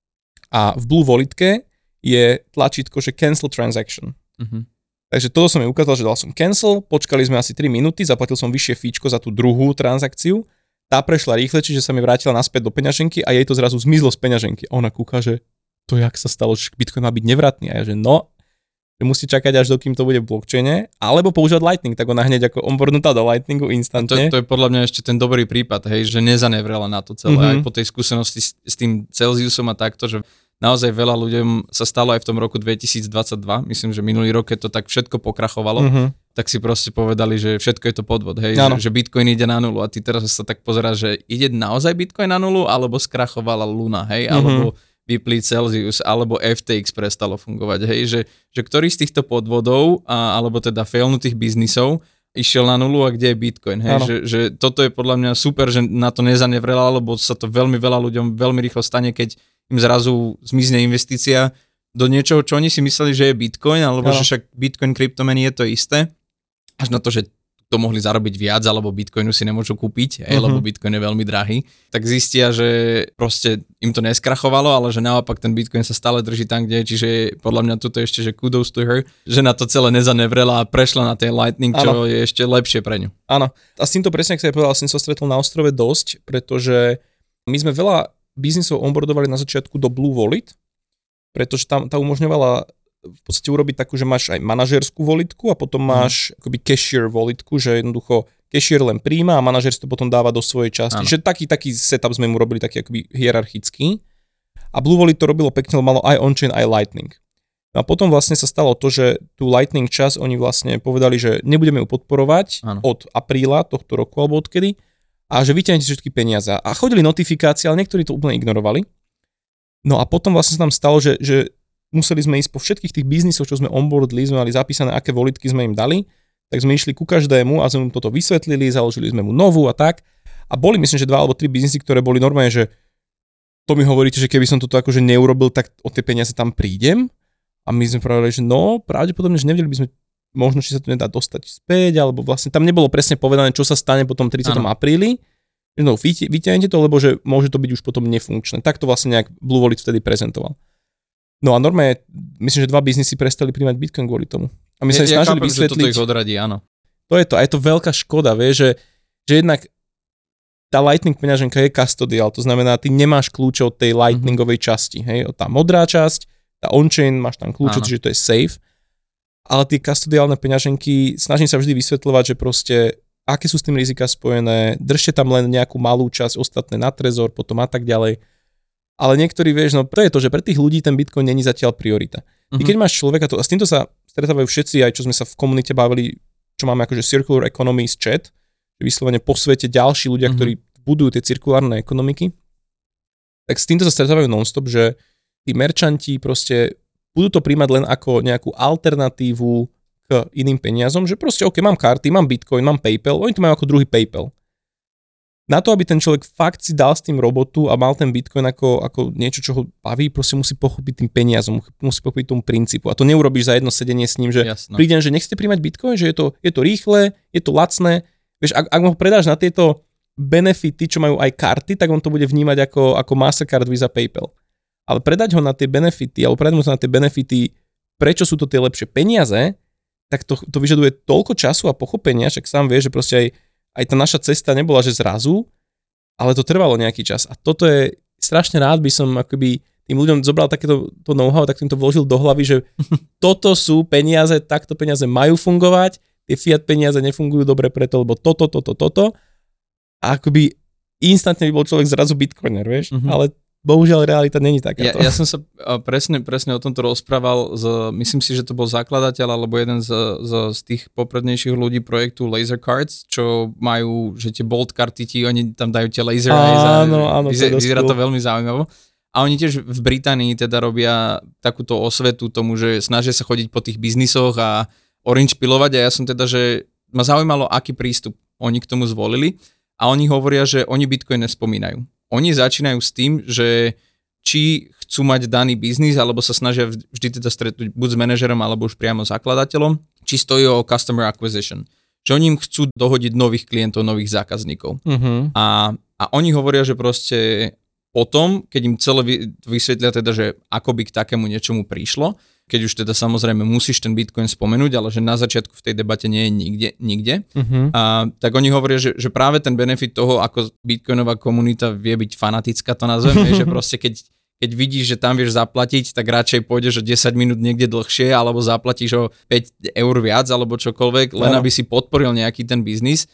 Speaker 1: a v Blue Walletke je tlačítko, že cancel transaction. Uh-huh. Takže toto som jej ukázal, že dal som cancel, počkali sme asi tri minúty, zaplatil som vyššie fíčko za tú druhú transakciu, tá prešla rýchle, čiže sa mi vrátila naspäť do peňaženky a jej to zrazu zmizlo z peňaženky. A ona kúka, že to jak sa stalo, že Bitcoin má byť nevratný. A ja, že no, že musí čakať až dokým to bude v blockchaine, alebo používať Lightning, tak ona hneď ako onboardnutá do Lightningu instantne.
Speaker 3: To, to je podľa mňa ešte ten dobrý prípad, hej, že nezanevrela na to celé, mm-hmm. aj po tej skúsenosti s, s tým Celsiusom a takto, že naozaj veľa ľuďom sa stalo aj v tom roku dvetisícdvadsaťdva, myslím, že minulý rok, keď to tak všetko pokrachovalo, mm-hmm. tak si proste povedali, že všetko je to podvod, hej, že, že Bitcoin ide na nulu a ty teraz sa tak pozeráš, že ide naozaj Bitcoin na nulu, alebo skrachovala Luna, hej, mm-hmm. alebo vyplý Celsius, alebo ef té iks prestalo fungovať, hej, že, že ktorý z týchto podvodov, a, alebo teda failnutých biznisov išiel na nulu a kde je Bitcoin, hej, že, že toto je podľa mňa super, že na to nezanevrela, lebo sa to veľmi veľa ľuďom veľmi rýchlo stane, keď im zrazu zmizne investícia do niečoho, čo oni si mysleli, že je Bitcoin, alebo ano. Že však Bitcoin, kryptomeny je to isté, až na to, že to mohli zarobiť viac, alebo Bitcoinu si nemôžu kúpiť, uh-huh. lebo Bitcoin je veľmi drahý, tak zistia, že proste im to neskrachovalo, ale že naopak ten Bitcoin sa stále drží tam, kde je, čiže podľa mňa toto ešte, že kudos to her, že na to celé nezanevrela a prešla na ten Lightning, čo ano. Je ešte lepšie pre ňu. Áno,
Speaker 1: a s týmto presne, ak sa povedal, som sa stretol na ostrove dosť, pretože my sme veľa biznisov onboardovali na začiatku do Blue Wallet, pretože tam tá umožňovala v podstate urobiť takú, že máš aj manažerskú volitku a potom máš mm. akoby cashier volitku, že jednoducho cashier len príjma a manažer to potom dáva do svojej časti. Ano. Že taký, taký setup sme mu robili taký akoby hierarchický. A Blue Wallet to robilo pekne, malo aj on-chain, aj Lightning. No a potom vlastne sa stalo to, že tú Lightning čas oni vlastne povedali, že nebudeme ju podporovať ano. Od apríla tohto roku alebo odkedy a že vyťahnete všetky peniaze. A chodili notifikácie, ale niektorí to úplne ignorovali. No a potom vlastne sa tam stalo, že, že museli sme ísť po všetkých tých biznisoch, čo sme onboardli, sme mali zapísané, aké volitky sme im dali, tak sme išli ku každému a sme mu toto vysvetlili, založili sme mu novú a tak. A boli myslím, že dva alebo tri biznisy, ktoré boli normálne, že to mi hovoríte, že keby som toto akože neurobil, tak o tie peniaze tam prídem. A my sme povedali, že no, pravdepodobne, že nevedeli by sme, možno, či sa to nedá dostať späť, alebo vlastne tam nebolo presne povedané, čo sa stane potom tridsiateho apríli. No, vyťahnete to, lebo že môže to byť už potom nefunkčné. Tak to vlastne nejak Blue Wallet vtedy prezentoval. No a normálne, myslím, že dva biznisy prestali príjmať Bitcoin kvôli tomu. A my sa ja, snažili ja chápem, vysvetliť. Že toto ich odradí, áno. To je to, a je to veľká škoda, vieš, že, že jednak tá Lightning peňaženka je custodial, to znamená, ty nemáš kľúče od tej Lightningovej mm-hmm. časti, hej, tá modrá časť, tá on-chain, máš tam kľúče, čiže to je safe, ale tie custodiálne peňaženky, snažím sa vždy vysvetľovať, že proste, aké sú s tým rizika spojené, držte tam len nejakú malú časť, ostatné na trezor, potom a tak ďalej. Ale niektorí, vieš, no to je to, že pre tých ľudí ten Bitcoin není zatiaľ priorita. Ty keď máš človeka, to, a s týmto sa stretávajú všetci, aj čo sme sa v komunite bavili, čo máme akože Circular Economies chat, že vyslovene po svete ďalší ľudia, mm-hmm. ktorí budujú tie cirkulárne ekonomiky, tak s týmto sa stretávajú non-stop, že tí merčanti proste budú to príjmať len ako nejakú alternatívu k iným peniazom, že proste OK, mám karty, mám Bitcoin, mám PayPal, oni to majú ako druhý PayPal. Na to, aby ten človek fakt si dal s tým robotu a mal ten Bitcoin ako, ako niečo, čo ho baví, proste musí pochopiť tým peniazom, musí pochopiť tomu princípu. A to neurobíš za jedno sedenie s ním, že Jasno. Prídem, že nechcete príjmať Bitcoin, že je to, je to rýchle, je to lacné. Vieš, ak, ak ho predáš na tieto benefity, čo majú aj karty, tak on to bude vnímať ako, ako Mastercard, Visa, PayPal. Ale predať ho na tie benefity, alebo predať ho na tie benefity, prečo sú to tie lepšie peniaze, tak to, to vyžaduje toľko času a pochopenia, však sám vieš, že proste aj Aj tá naša cesta nebola, že zrazu, ale to trvalo nejaký čas. A toto je, strašne rád by som akoby tým ľuďom zobral takéto to know-how, tak tým to vložil do hlavy, že toto sú peniaze, takto peniaze majú fungovať, tie fiat peniaze nefungujú dobre preto, lebo toto, toto, toto. A akoby instantne by bol človek zrazu bitcoiner, vieš, mm-hmm. ale bohužiaľ realita není takáto.
Speaker 3: Ja, ja som sa presne, presne o tomto rozprával, z, myslím si, že to bol zakladateľ alebo jeden z, z, z tých poprednejších ľudí projektu Laser Cards, čo majú, že tie bold karty ti, oni tam dajú tie laser eyes a áno, áno, vyzerá, to, vyzerá to veľmi zaujímavé. A oni tiež v Británii teda robia takúto osvetu tomu, že snažia sa chodiť po tých biznisoch a orange pilovať a ja som teda, že ma zaujímalo, aký prístup oni k tomu zvolili a oni hovoria, že oni Bitcoin nespomínajú. Oni začínajú s tým, že či chcú mať daný biznis, alebo sa snažia vždy teda stretnúť buď s manažerom, alebo už priamo zakladateľom, či stojí o customer acquisition. Že oni im chcú dohodiť nových klientov, nových zákazníkov. Uh-huh. A, a oni hovoria, že proste potom, keď im celé vysvetlia teda, že ako by k takému niečomu prišlo, keď už teda samozrejme musíš ten Bitcoin spomenúť, ale že na začiatku v tej debate nie je nikde, nikde uh-huh. a, tak oni hovoria, že, že práve ten benefit toho, ako Bitcoinová komunita vie byť fanatická, to nazveme, že proste keď Keď vidíš, že tam vieš zaplatiť, tak radšej pôjdeš o desať minút niekde dlhšie, alebo zaplatíš o päť eur viac, alebo čokoľvek, len aby si podporil nejaký ten biznis.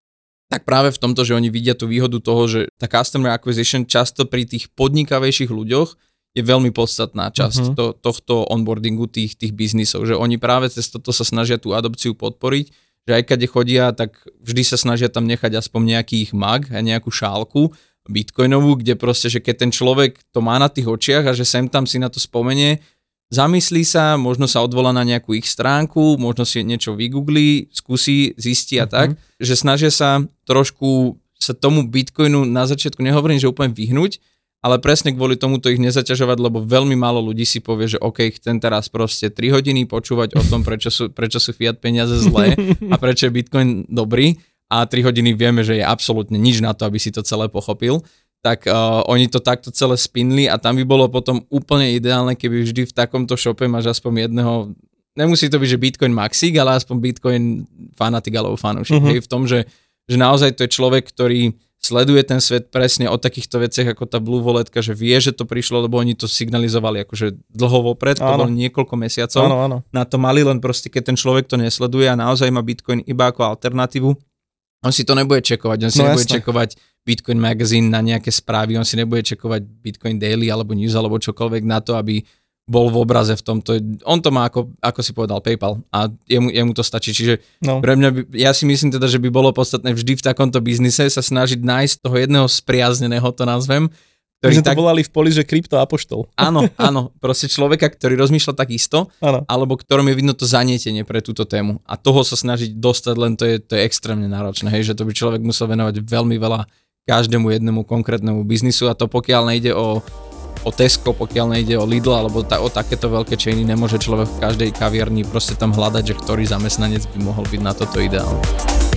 Speaker 3: Tak práve v tomto, že oni vidia tú výhodu toho, že tá customer acquisition často pri tých podnikavejších ľuďoch je veľmi podstatná časť uh-huh. to, tohto onboardingu tých, tých biznisov. Že oni práve cez toto sa snažia tú adopciu podporiť, že aj keď chodia, tak vždy sa snažia tam nechať aspoň nejaký ich mag a nejakú šálku, bitcoinovú, kde proste, že keď ten človek to má na tých očiach a že sem tam si na to spomenie, zamyslí sa, možno sa odvolá na nejakú ich stránku, možno si niečo vygooglí, skúsi, zistí a tak, uh-huh. že snažia sa trošku sa tomu bitcoinu na začiatku, nehovorím, že úplne vyhnúť, ale presne kvôli tomu to ich nezaťažovať, lebo veľmi málo ľudí si povie, že OK, chcem teraz proste tri hodiny počúvať o tom, prečo sú, prečo sú fiat peniaze zlé a prečo je bitcoin dobrý. A tri hodiny vieme, že je absolútne nič na to, aby si to celé pochopil, tak uh, oni to takto celé spinli a tam by bolo potom úplne ideálne, keby vždy v takomto shope máš aspoň jedného, nemusí to byť, že Bitcoin maxík, ale aspoň Bitcoin fanatik alebo fanúšik. Uh-huh. V tom, že, že naozaj to je človek, ktorý sleduje ten svet presne o takýchto veciach ako tá Blue Walletka, že vie, že to prišlo, lebo oni to signalizovali akože dlho vopred, to bolo niekoľko mesiacov.
Speaker 1: Áno, áno. Na
Speaker 3: to mali, len proste keď ten človek to nesleduje a naozaj má Bitcoin iba ako alternatívu, on si to nebude čekovať, on si no, nebude jasne. čekovať Bitcoin Magazine na nejaké správy, on si nebude čekovať Bitcoin Daily alebo News alebo čokoľvek na to, aby bol v obraze v tomto. On to má ako, ako si povedal, PayPal a jemu, jemu to stačí. Čiže no. pre mňa, by, ja si myslím teda, že by bolo podstatné vždy v takomto biznise sa snažiť nájsť toho jedného spriazneného, to nazvem,
Speaker 1: My sme tak... to volali v poli, že kryptoapoštol.
Speaker 3: Áno, áno, proste človeka, ktorý rozmýšľa takisto, áno. alebo ktorom je vidno to zanietenie pre túto tému. A toho sa snažiť dostať, len to je, to je extrémne náročné, hej, že to by človek musel venovať veľmi veľa každému jednému konkrétnemu biznisu a to pokiaľ nejde o, o Tesco, pokiaľ nejde o Lidl alebo ta, o takéto veľké chainy, nemôže človek v každej kaviarni proste tam hľadať, že ktorý zamestnanec by mohol byť na toto ideálny.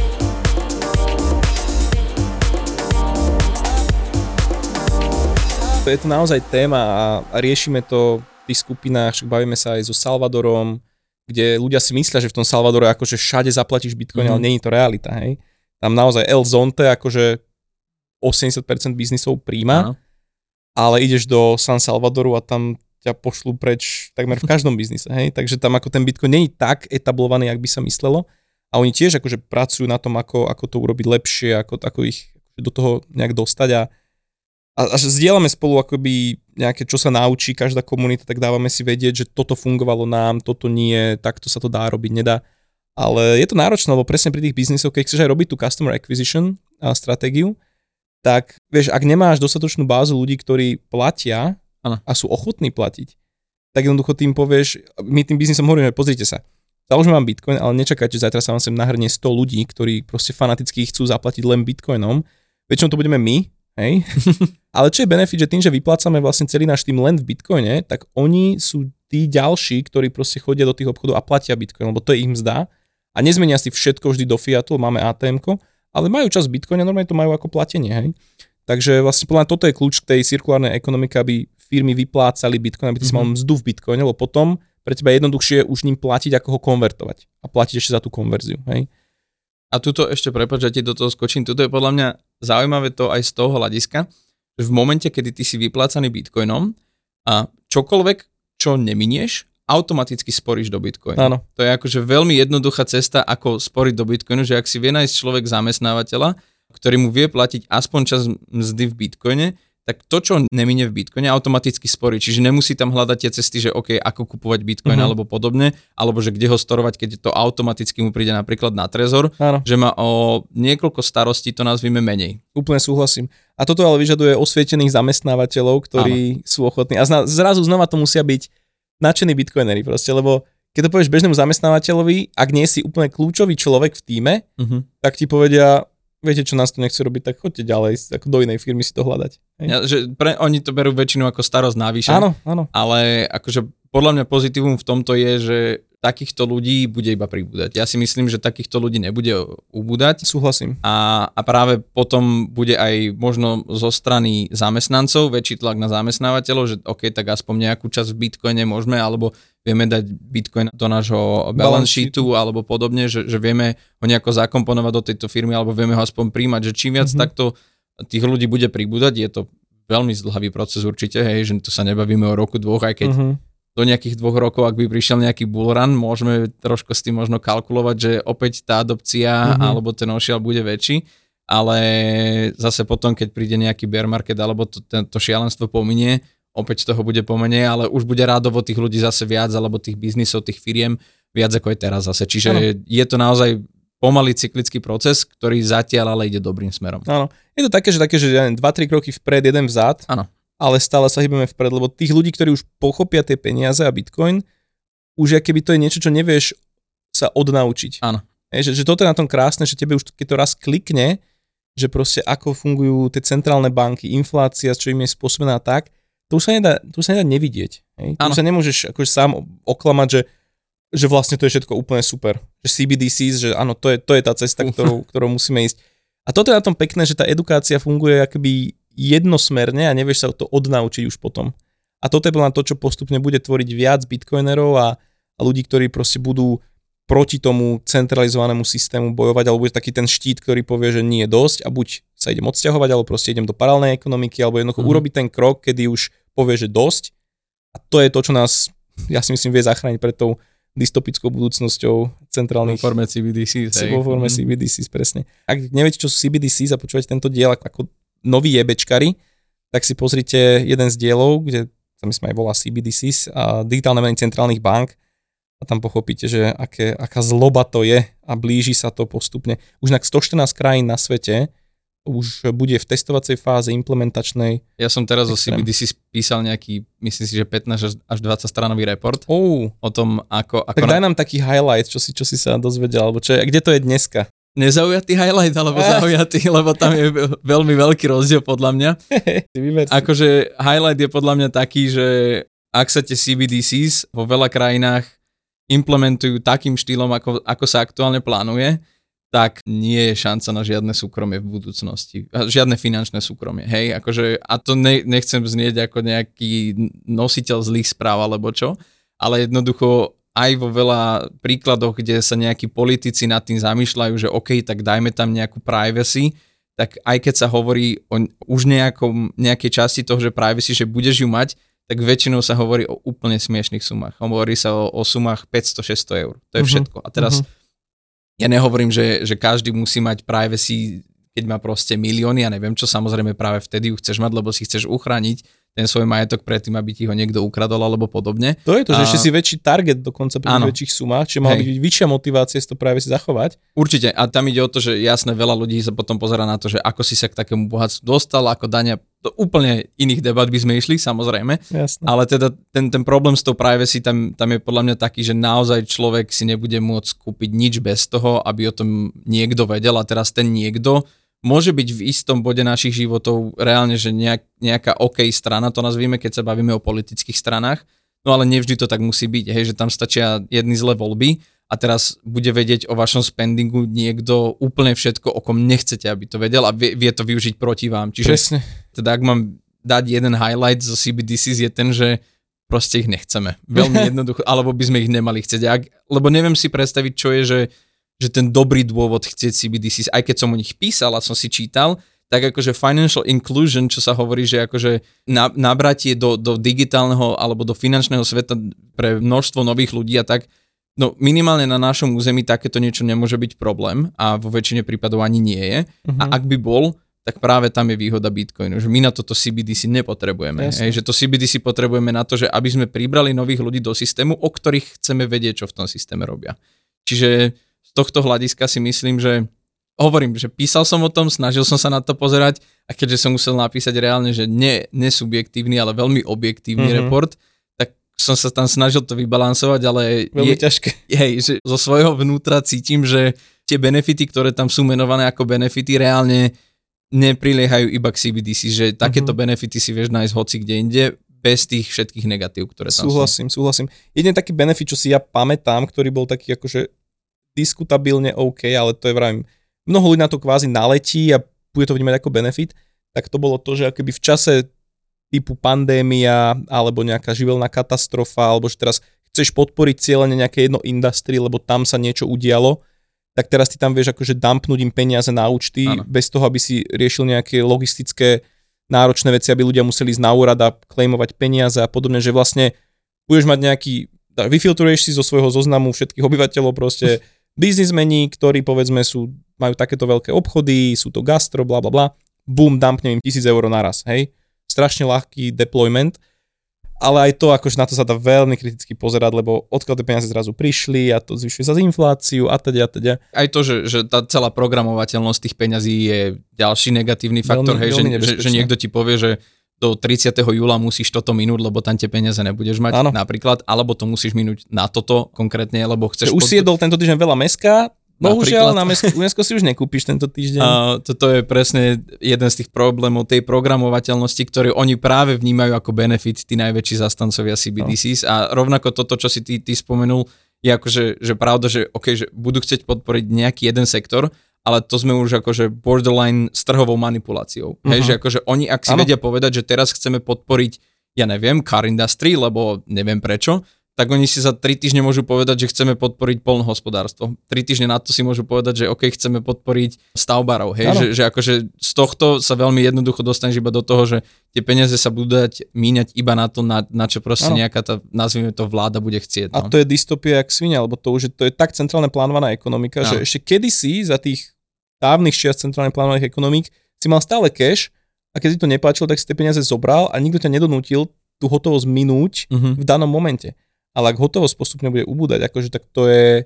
Speaker 1: Je to naozaj téma a riešime to v tých skupinách, však bavíme sa aj so Salvadorom, kde ľudia si myslia, že v tom Salvadore akože všade zaplatíš Bitcoin, mm. ale nie je to realita, hej. Tam naozaj El Zonte akože osemdesiat percent biznisov príjma, ale ideš do San Salvadoru a tam ťa pošlú preč takmer v každom biznise, hej. Takže tam ako ten Bitcoin nie je tak etablovaný, jak by sa myslelo a oni tiež akože pracujú na tom, ako, ako to urobiť lepšie, ako, ako ich do toho nejak dostať a A až zdieľame spolu akoby nejaké, čo sa naučí každá komunita, tak dávame si vedieť, že toto fungovalo nám, toto nie, takto sa to dá robiť, nedá. Ale je to náročné, lebo presne pri tých biznisoch, keď chceš aj robiť tú customer acquisition a stratégiu, tak vieš, ak nemáš dostatočnú bázu ľudí, ktorí platia ano. A sú ochotní platiť, tak jednoducho tým povieš, my tým biznisom hovoríme, pozrite sa, založme vám Bitcoin, ale nečakajte, že zajtra sa vám sem nahrnie sto ľudí, ktorí proste fanaticky chcú zaplatiť len Bitcoinom. Väčšinou to budeme my, hej? Ale čo je benefit, že tým, že vyplácame vlastne celý náš tým len v Bitcoine, tak oni sú tí ďalší, ktorí proste chodia do tých obchodov a platia Bitcoin, lebo to je ich mzda a nezmenia si všetko vždy do fiatu, máme á té emko, ale majú čas Bitcoina, normálne to majú ako platenie, hej? Takže vlastne podľa toto je kľúč k tej cirkulárnej ekonomike, aby firmy vyplácali Bitcoin, aby ty mm-hmm. si mal mzdu v Bitcoine, lebo potom pre teba je jednoduchšie už ním platiť, ako ho konvertovať a platiť ešte za tú konverziu, hej?
Speaker 3: A tuto ešte, prepáč, že ti do toho skočím, tuto je podľa mňa zaujímavé to aj z toho hľadiska, že v momente, kedy ty si vyplácaný Bitcoinom a čokoľvek, čo neminieš, automaticky sporíš do Bitcoinu.
Speaker 1: Áno.
Speaker 3: To je akože veľmi jednoduchá cesta, ako sporiť do Bitcoinu, že ak si vie nájsť človek zamestnávateľa, ktorý mu vie platiť aspoň čas mzdy v Bitcoine, tak to, čo neminie v Bitcoine, automaticky sporí. Čiže nemusí tam hľadať tie cesty, že OK, ako kupovať Bitcoin mm-hmm. alebo podobne, alebo že kde ho storovať, keď to automaticky mu príde napríklad na Trezor, áno. že má o niekoľko starostí, to nazvime menej.
Speaker 1: Úplne súhlasím. A toto ale vyžaduje osvietených zamestnávateľov, ktorí áno. sú ochotní. A zrazu znova to musia byť nadšení bitcoineri proste, lebo keď to povieš bežnému zamestnávateľovi, ak nie si úplne kľúčový človek v tíme, uh-huh. tak ti povedia, viete, čo nás to nechce robiť, tak choďte ďalej, ako do inej firmy si to hľadať.
Speaker 3: Ja, že pre, oni to berú väčšinou ako starosť navyše.
Speaker 1: Áno, áno.
Speaker 3: Ale akože podľa mňa pozitívum v tomto je, že takýchto ľudí bude iba pribúdať. Ja si myslím, že takýchto ľudí nebude ubúdať.
Speaker 1: Súhlasím.
Speaker 3: A, a práve potom bude aj možno zo strany zamestnancov väčší tlak na zamestnávateľov, že OK, tak aspoň nejakú časť v Bitcoine môžeme, alebo vieme dať Bitcoin do nášho balance sheetu, alebo podobne, že, že vieme ho nejako zakomponovať do tejto firmy, alebo vieme ho aspoň príjmať, že čím viac mm-hmm. takto tých ľudí bude pribúdať, je to veľmi zdlhavý proces určite, hej, že to sa nebavíme o roku, dvoch, aj keď mm-hmm. do nejakých dvoch rokov, ak by prišiel nejaký bullrun, môžeme trošku s tým možno kalkulovať, že opäť tá adopcia mm-hmm. alebo ten ošial bude väčší, ale zase potom, keď príde nejaký bear market alebo to, to šialenstvo pominie, opäť toho bude pomenej, ale už bude rádovo tých ľudí zase viac, alebo tých biznisov, tých firiem viac ako je teraz zase. Čiže ano. Je to naozaj pomalý cyklický proces, ktorý zatiaľ ale ide dobrým smerom. Áno.
Speaker 1: Je to také, že také, že dva tri kroky vpred, jeden vzad.
Speaker 3: Áno.
Speaker 1: Ale stále sa hýbeme vpred, lebo tých ľudí, ktorí už pochopia tie peniaze a Bitcoin, už keby to je niečo, čo nevieš sa odnaučiť.
Speaker 3: Áno.
Speaker 1: Je, že, že toto je na tom krásne, že tebe už keď to raz klikne, že proste ako fungujú tie centrálne banky, inflácia, čo im je spôsobená tak, to už sa nedá, to už sa nedá nevidieť. Hej? Tu sa nemôžeš akože sám oklamať, že, že vlastne to je všetko úplne super. Že C B D Cs, že áno, to je, to je tá cesta, ktorou, ktorou musíme ísť. A toto je na tom pekné, že tá edukácia funguje akoby jednosmerne a nevieš sa to odnaučiť už potom. A toto je na to, čo postupne bude tvoriť viac bitcoinerov a, a ľudí, ktorí proste budú proti tomu centralizovanému systému bojovať, alebo bude taký ten štít, ktorý povie, že nie je dosť a buď sa idem odsťahovať, alebo proste idem do paralelnej ekonomiky, alebo jednoducho mm. urobiť ten krok, kedy už povie, že dosť. A to je to, čo nás, ja si myslím, vie zachrániť pred tou dystopickou budúcnosťou centrálnych...
Speaker 3: Vo forme C B D Cs.
Speaker 1: Vo forme mm. C B D Cs, presne. Ak neviete, čo sú C B D Cs a počúvate tento diel ako noví jebečkari, tak si pozrite jeden z dielov, kde sa myslím aj volá C B D Cs a digitálne meny centrálnych bank a tam pochopíte, že aké, aká zloba to je a blíži sa to postupne. Už na sto štrnásť krajín na svete už bude v testovacej fáze implementačnej.
Speaker 3: Ja som teraz extrém. O C B D C písal nejaký, myslím si, že pätnásť až dvadsať stranový report
Speaker 1: oh.
Speaker 3: o tom, ako... ako
Speaker 1: tak daj nám taký highlight, čo si, čo si sa dozvedel, alebo čo je, kde to je dneska?
Speaker 3: Nezaujatý highlight, alebo eh. zaujatý, lebo tam je veľmi veľký rozdiel podľa mňa. Akože highlight je podľa mňa taký, že ak sa tie C B D Cs vo veľa krajinách implementujú takým štýlom, ako, ako sa aktuálne plánuje, tak nie je šanca na žiadne súkromie v budúcnosti. Žiadne finančné súkromie, hej, akože, a to ne, nechcem znieť ako nejaký nositeľ zlých správ alebo čo, ale jednoducho aj vo veľa príkladoch, kde sa nejakí politici nad tým zamýšľajú, že OK, tak dajme tam nejakú privacy, tak aj keď sa hovorí o už nejakom, nejakej časti toho, že privacy, že budeš ju mať, tak väčšinou sa hovorí o úplne smiešných sumách. Hovorí sa o, o sumách päťsto až šesťsto eur. To je uh-huh. všetko. A teraz uh-huh. ja nehovorím, že, že každý musí mať privacy, keď má proste milióny, ja neviem čo, samozrejme práve vtedy ju chceš mať, lebo si chceš uchrániť ten svoj majetok predtým, aby ti ho niekto ukradol alebo podobne.
Speaker 1: To je to, že a... ešte si väčší target dokonca pri väčších sumách, čiže mala byť vyššia motivácia si to práve si zachovať.
Speaker 3: Určite, a tam ide o to, že jasné, veľa ľudí sa potom pozerá na to, že ako si sa k takému bohatstvu dostal, ako dania, to úplne iných debat by sme išli, samozrejme.
Speaker 1: Jasné.
Speaker 3: Ale teda ten, ten problém s tou privacy tam, tam je podľa mňa taký, že naozaj človek si nebude môcť kúpiť nič bez toho, aby o tom niekto vedel a teraz ten niekto môže byť v istom bode našich životov reálne, že nejak, nejaká OK strana, to nazvíme, keď sa bavíme o politických stranách, no ale nevždy to tak musí byť, hej, že tam stačia jedny zlé voľby a teraz bude vedieť o vašom spendingu niekto úplne všetko, o kom nechcete, aby to vedel a vie, vie to využiť proti vám. Čiže
Speaker 1: presne.
Speaker 3: Teda ak mám dať jeden highlight zo C B D Cs je ten, že proste ich nechceme. Veľmi jednoducho, alebo by sme ich nemali chcieť. Ak, lebo neviem si predstaviť, čo je, že že ten dobrý dôvod chcieť C B D Cs, aj keď som o nich písal a som si čítal, tak akože financial inclusion, čo sa hovorí, že akože nabratie do, do digitálneho alebo do finančného sveta pre množstvo nových ľudí a tak, no minimálne na našom území takéto niečo nemôže byť problém a vo väčšine prípadov ani nie je. Uh-huh. A ak by bol, tak práve tam je výhoda Bitcoinu, že my na toto C B D C nepotrebujeme. Hej, že to C B D C potrebujeme na to, že aby sme pribrali nových ľudí do systému, o ktorých chceme vedieť, čo v tom systéme robia. Čiže z tohto hľadiska si myslím, že hovorím, že písal som o tom, snažil som sa na to pozerať a keďže som musel napísať reálne, že ne, nesubjektívny, ale veľmi objektívny mm-hmm. report, tak som sa tam snažil to vybalansovať, ale
Speaker 1: veľmi
Speaker 3: je,
Speaker 1: ťažké.
Speaker 3: Hej, že zo svojho vnútra cítim, že tie benefity, ktoré tam sú menované ako benefity, reálne nepriliehajú iba k C B D C, že takéto mm-hmm. benefity si vieš nájsť hoci kde inde, bez tých všetkých negatív, ktoré tam
Speaker 1: súhlasím,
Speaker 3: sú.
Speaker 1: Súhlasím, súhlasím. Jeden taký benefit, čo si ja pamätám, ktorý bol taký akože diskutabilne OK, ale to je vravím, mnoho ľudí na to kvázi naletí a bude to vnímať ako benefit, tak to bolo to, že akoby v čase typu pandémia alebo nejaká živelná katastrofa, alebo že teraz chceš podporiť cieľene nejaké jedno industry, lebo tam sa niečo udialo, tak teraz ty tam vieš akože dumpnúť im peniaze na účty, ano. Bez toho, aby si riešil nejaké logistické náročné veci, aby ľudia museli ísť na úrad a claimovať peniaze a podobne, že vlastne budeš mať nejaký, vyfiltruješ si zo svojho zoznamu všetkých obyvateľov proste biznismeni, ktorí povedzme sú, majú takéto veľké obchody, sú to gastro, bla bla bla, bum, dumpne im tisíc eur naraz, hej. Strašne ľahký deployment. Ale aj to, akože na to sa dá veľmi kriticky pozerať, lebo odkiaľ tie peniaze zrazu prišli a to zvyšuje sa z infláciu a teda a teda.
Speaker 3: Aj to, že, že tá celá programovateľnosť tých peňazí je ďalší negatívny faktor, veľmi, hej, veľmi že, že, že niekto ti povie, že do tridsiateho júla musíš toto minúť, lebo tam tie peniaze nebudeš mať, ano. Napríklad, alebo to musíš minúť na toto konkrétne, lebo chceš...
Speaker 1: Už pod... si jedol tento týždeň veľa mäska, bohužiaľ na mäsko si už nekúpiš tento týždeň.
Speaker 3: Uh, toto je presne jeden z tých problémov tej programovateľnosti, ktoré oni práve vnímajú ako benefit, tí najväčší zastancovia C B D Cs. No. A rovnako toto, čo si ty, ty spomenul, je akože že pravda, že, okay, že budú chcieť podporiť nejaký jeden sektor, ale to sme už akože borderline s trhovou manipuláciou. Uh-huh. Hej, že akože oni, ak si ano. Vedia povedať, že teraz chceme podporiť, ja neviem, car industry, lebo neviem prečo, tak oni si za tri týždne môžu povedať, že chceme podporiť poľnohospodárstvo. Tri týždne na to si môžu povedať, že OK, chceme podporiť stavbárov. Hej, že, že akože z tohto sa veľmi jednoducho dostaneš iba do toho, že tie peniaze sa budú dať míňať iba na to, na, na čo proste ano. Nejaká tá, nazvime to, vláda bude chcieť. No.
Speaker 1: A to je dystopia jak svinia, lebo to už je, to je tak centrálne plánovaná ekonomika, ano. Že ešte kedysi za tých dávnych čias centrálne plánovaných ekonomík si mal stále cash a keď si to nepáčilo, tak si tie peniaze zobral a nikto ťa nedonútil tú hotovosť minúť uh-huh. v danom momente. Ale ak hotovosť postupne bude ubúdať, akože tak to je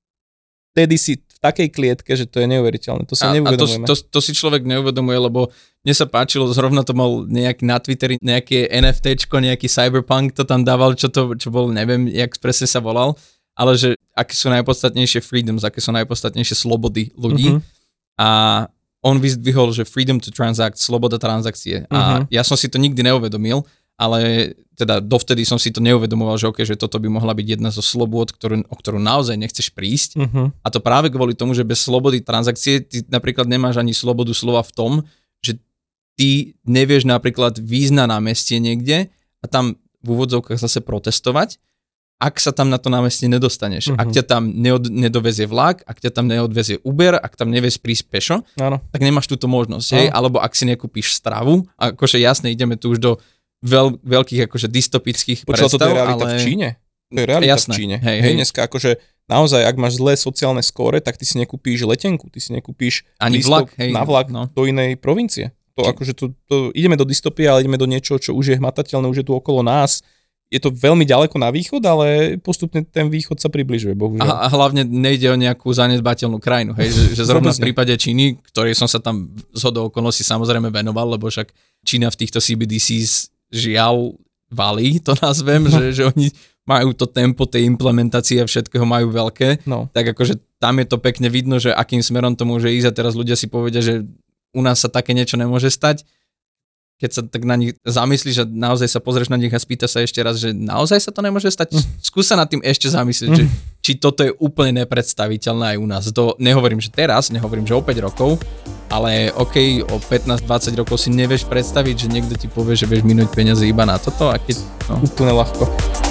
Speaker 1: vtedy si v takej klietke, že to je neuveriteľné. To sa neuvedomujeme.
Speaker 3: A to, to, to si človek neuvedomuje, lebo mne sa páčilo, zrovna to mal nejaký na Twitteri, nejaké NFTčko, nejaký cyberpunk to tam dával, čo to, čo bol, neviem, jak presne sa volal, ale že aké sú najpodstatnejšie freedoms, aké sú najpodstatnejšie slobody ľudí. Mm-hmm. A on vyzdvihol, že freedom to transact, sloboda transakcie. Mm-hmm. A ja som si to nikdy neuvedomil, ale teda dovtedy som si to neuvedomoval, že, okay, že toto by mohla byť jedna zo slobôd, ktorú, o ktorú naozaj nechceš prísť. Uh-huh. A to práve kvôli tomu, že bez slobody transakcie ty napríklad nemáš ani slobodu slova v tom, že ty nevieš napríklad výjsť na námestie niekde a tam v úvodzovkách zase protestovať, ak sa tam na to námestie nedostaneš. Uh-huh. Ak ťa tam neod, nedovezie vlak, ak ťa tam neodvezie Uber, ak tam nevieš prísť pešo, ano. Tak nemáš túto možnosť. Hej? Alebo ak si nekúpíš stravu, akože jasne, ideme tu už do Veľ, veľkých akože dystopických
Speaker 1: Počula,
Speaker 3: predstav,
Speaker 1: to je realita
Speaker 3: ale...
Speaker 1: v Číne. To je realita
Speaker 3: Jasné,
Speaker 1: v Číne.
Speaker 3: Hej,
Speaker 1: hej, dneska akože naozaj, ak máš zlé sociálne skóre, tak ty si nekúpíš letenku, ty si nekúpíš
Speaker 3: ani vlak, hej,
Speaker 1: na vlak no. do inej provincie. To Či... akože to, to, ideme do dystopie, ale ideme do niečoho, čo už je hmatateľné, už je tu okolo nás. Je to veľmi ďaleko na východ, ale postupne ten východ sa približuje, bohužiaľ.
Speaker 3: A, a hlavne nejde o nejakú zanedbateľnú krajinu, hej, že, že zrovna v prípade Číny, ktorej som sa tam zhodou okolností samozrejme venoval, lebo však Čína v týchto C B D Cs žiaľ valí, to nazvem, no. že, že oni majú to tempo tej implementácie a všetkého majú veľké, no. Tak akože tam je to pekne vidno, že akým smerom to môže ísť a teraz ľudia si povedia, že u nás sa také niečo nemôže stať. Keď sa tak na nich zamyslíš a naozaj sa pozrieš na nich a spýta sa ešte raz, že naozaj sa to nemôže stať, skús sa nad tým ešte zamyslieť, že či toto je úplne nepredstaviteľné aj u nás. To nehovorím, že teraz, nehovorím, že o päť rokov, ale okej, okay, o pätnásť dvadsať rokov si nevieš predstaviť, že niekto ti povie, že vieš minúť peniaze iba na toto. A keď, no.
Speaker 1: Úplne ľahko.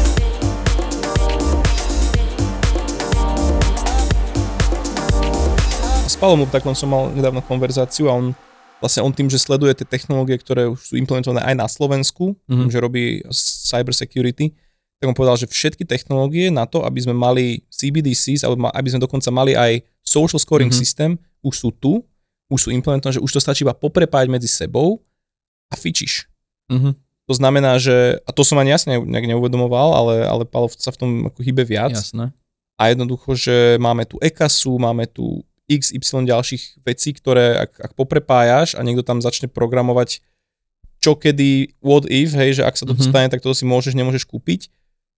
Speaker 1: S Palom Luptaklom som mal nedávno konverzáciu a on vlastne on tým, že sleduje tie technológie, ktoré už sú implementované aj na Slovensku, mm-hmm. tým, že robí cyber security, tak on povedal, že všetky technológie na to, aby sme mali C B D Cs, alebo aby sme dokonca mali aj social scoring mm-hmm. systém, už sú tu, už sú implementované, že už to stačí iba poprepájať medzi sebou a fičíš. Mm-hmm. To znamená, že, a to som ani jasne nejak neuvedomoval, ale, ale Palo sa v tom ako hýbe viac.
Speaker 3: Jasné.
Speaker 1: A jednoducho, že máme tu ECASu, máme tu iks ypsilon ďalších vecí, ktoré ak, ak poprepájaš a niekto tam začne programovať čo kedy, what if, hej, že ak sa to mm-hmm. stane, tak toto si môžeš, nemôžeš kúpiť,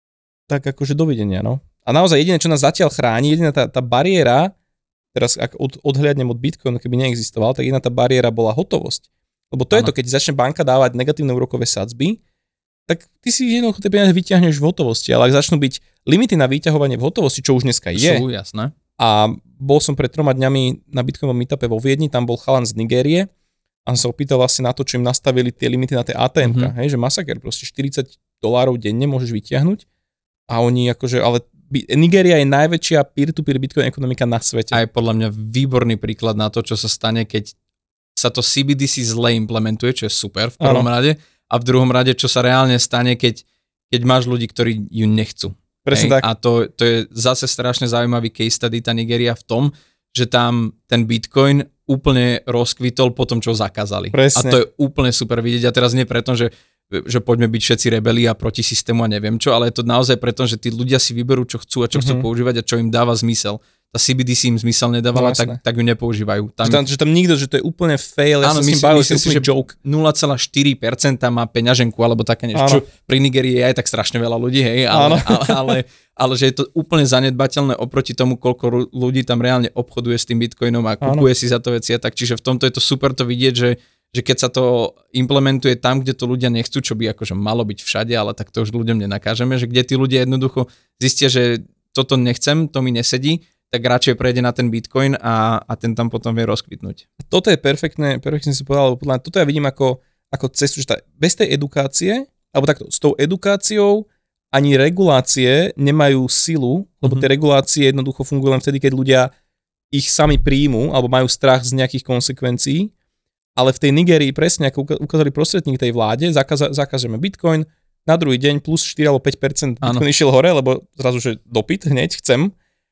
Speaker 1: tak akože dovidenia, no. A naozaj jediné, čo nás zatiaľ chráni, jediná tá, tá bariéra, teraz ak od, odhliadnem od Bitcoinu, keby neexistoval, tak jedna tá bariéra bola hotovosť. Lebo to ano. Je to, keď začne banka dávať negatívne úrokové sadzby, tak ty si jednoducho tie peniaze vyťahneš v hotovosti, ale ak začnú byť limity na vyťahovanie v hotovosti, čo už dneska je.
Speaker 3: Sú, jasné.
Speaker 1: A bol som pred troma dňami na Bitcoinovom meetupe vo Viedni, tam bol chalan z Nigérie a som sa opýtal vlastne na to, čo im nastavili tie limity na tie á té emka, mm-hmm. hej, že masaker, proste štyridsať dolárov denne môžeš vyťahnuť a oni akože, ale Nigéria je najväčšia peer-to-peer Bitcoin ekonomika na svete.
Speaker 3: A je podľa mňa výborný príklad na to, čo sa stane, keď sa to C B D C zle implementuje, čo je super v prvom ano. Rade, a v druhom rade, čo sa reálne stane, keď, keď máš ľudí, ktorí ju nechcú.
Speaker 1: Presne tak.
Speaker 3: A to, to je zase strašne zaujímavý case study, tá Nigéria v tom, že tam ten Bitcoin úplne rozkvitol po tom, čo zakázali.
Speaker 1: Presne.
Speaker 3: A to je úplne super vidieť. A teraz nie preto, že, že poďme byť všetci rebeli a proti systému a neviem čo, ale je to naozaj preto, že tí ľudia si vyberú, čo chcú a čo mm-hmm. chcú používať a čo im dáva zmysel. Tá C B D C im zmysel nedávala, no, tak, tak ju nepoužívajú.
Speaker 1: Tam, že, tam, že tam nikto, že to je úplne fail, ja
Speaker 3: áno,
Speaker 1: som
Speaker 3: my
Speaker 1: s tým bavil,
Speaker 3: myslím si, že
Speaker 1: joke.
Speaker 3: nula celá štyri percenta má peňaženku, alebo také niečo, čo pri Nigerii je aj tak strašne veľa ľudí, hej, ale, ale, ale, ale že je to úplne zanedbateľné oproti tomu, koľko ľudí tam reálne obchoduje s tým Bitcoinom a kupuje si za to veci a tak, čiže v tomto je to super to vidieť, že, že keď sa to implementuje tam, kde to ľudia nechcú, čo by akože malo byť všade, ale tak to už ľuďom nenakážeme, že kde tí ľudia jednoducho zistia, že toto nechcem, to mi nesedí, tak radšej prejde na ten Bitcoin a, a ten tam potom vie rozkvitnúť.
Speaker 1: Toto je perfektné, perfektne si povedal, lebo podľa toto ja vidím ako, ako cestu, že tá, bez tej edukácie, alebo takto, s tou edukáciou ani regulácie nemajú silu, lebo mm-hmm. tie regulácie jednoducho fungujú len vtedy, keď ľudia ich sami príjmu, alebo majú strach z nejakých konsekvencií, ale v tej Nigérii presne, ako ukázali prostredník tej vláde, zakáza, zakážeme Bitcoin, na druhý deň plus štyri alebo päť percent Bitcoin išiel hore, lebo zrazu, že dopyt hneď, chcem.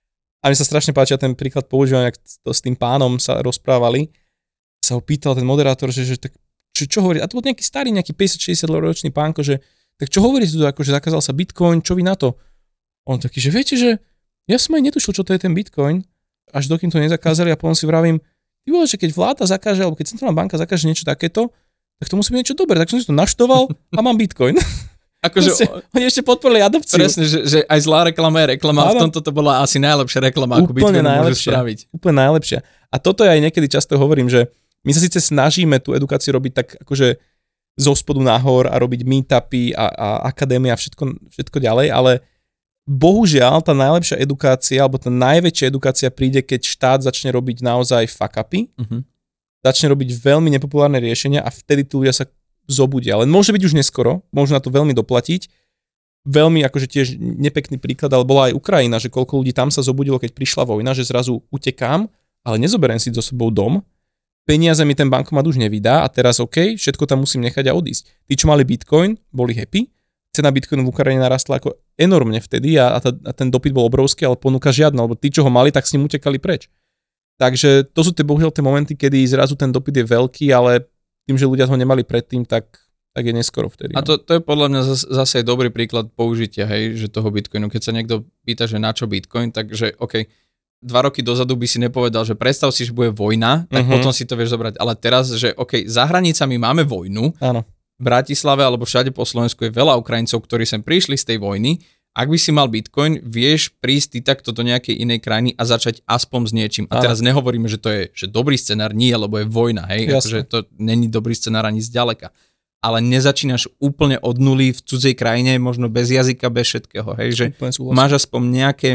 Speaker 1: A mi sa strašne páči, ten príklad používam, ak to s tým pánom sa rozprávali, sa ho pýtal ten moderátor, že, že tak, čo, čo hovorí, a to bol nejaký starý, nejaký päťdesiat šesťdesiat ročný pánko, že tak čo hovorí tu, ako, že zakázal sa Bitcoin, čo vy na to? On taký, že viete, že ja som aj netušil, čo to je ten Bitcoin, až dokým to nezakázali a potom si vravím, ty vole, že keď vláda zakáže, alebo keď centrálna banka zakáže niečo takéto, tak to musí byť niečo dobré, tak som si to naštoval a mám Bitcoin.
Speaker 3: Akože
Speaker 1: Proste, oni ešte podporili adopciu.
Speaker 3: Presne, že, že aj zlá reklama je reklama, a v tomto to bola asi najlepšia reklama, ako Bitcoin môže spraviť.
Speaker 1: Úplne najlepšia. A toto ja aj niekedy často hovorím, že my sa síce snažíme tú edukáciu robiť tak akože zo spodu nahor a robiť meetupy a, a akadémia a všetko, všetko ďalej, ale bohužiaľ tá najlepšia edukácia alebo tá najväčšia edukácia príde, keď štát začne robiť naozaj fuck upy, uh-huh. začne robiť veľmi nepopulárne riešenia a vtedy tí ľudia sa zobudia. Len môže byť už neskoro, môžu na to veľmi doplatiť. Veľmi akože tiež nepekný príklad, ale bola aj Ukrajina, že koľko ľudí tam sa zobudilo, keď prišla vojna, že zrazu utekám, ale nezoberiem si so sebou dom, peniaze mi ten bankomat už nevydá a teraz OK, všetko tam musím nechať a odísť. Tí, čo mali Bitcoin, boli happy, cena Bitcoinu v Ukrajine narastla ako enormne vtedy a, a, ta, a ten dopyt bol obrovský, ale ponuka žiadna, lebo tí, čo ho mali, tak s ním utekali preč. Takže to sú tie bohužiaľ tie momenty, kedy zrazu ten dopyt je veľký, ale tým, že ľudia ho nemali predtým, tak, tak je neskoro vtedy.
Speaker 3: A to, to je podľa mňa zase, zase dobrý príklad použitia, hej, že toho Bitcoinu. Keď sa niekto pýta, že na čo Bitcoin, takže OK, dva roky dozadu by si nepovedal, že predstav si, že bude vojna, tak uh-huh. potom si to vieš zobrať. Ale teraz, že OK, za hranicami máme vojnu,
Speaker 1: áno.
Speaker 3: V Bratislave alebo všade po Slovensku je veľa Ukrajincov, ktorí sem prišli z tej vojny. Ak by si mal Bitcoin, vieš prísť ty takto do nejakej inej krajiny a začať aspoň s niečím. A teraz nehovoríme, že to je že dobrý scenár, nie, lebo je vojna, hej, akože to není dobrý scenár ani zďaleka. Ale nezačínaš úplne od nuly v cudzej krajine, možno bez jazyka, bez všetkého, hej, že máš aspoň nejaké,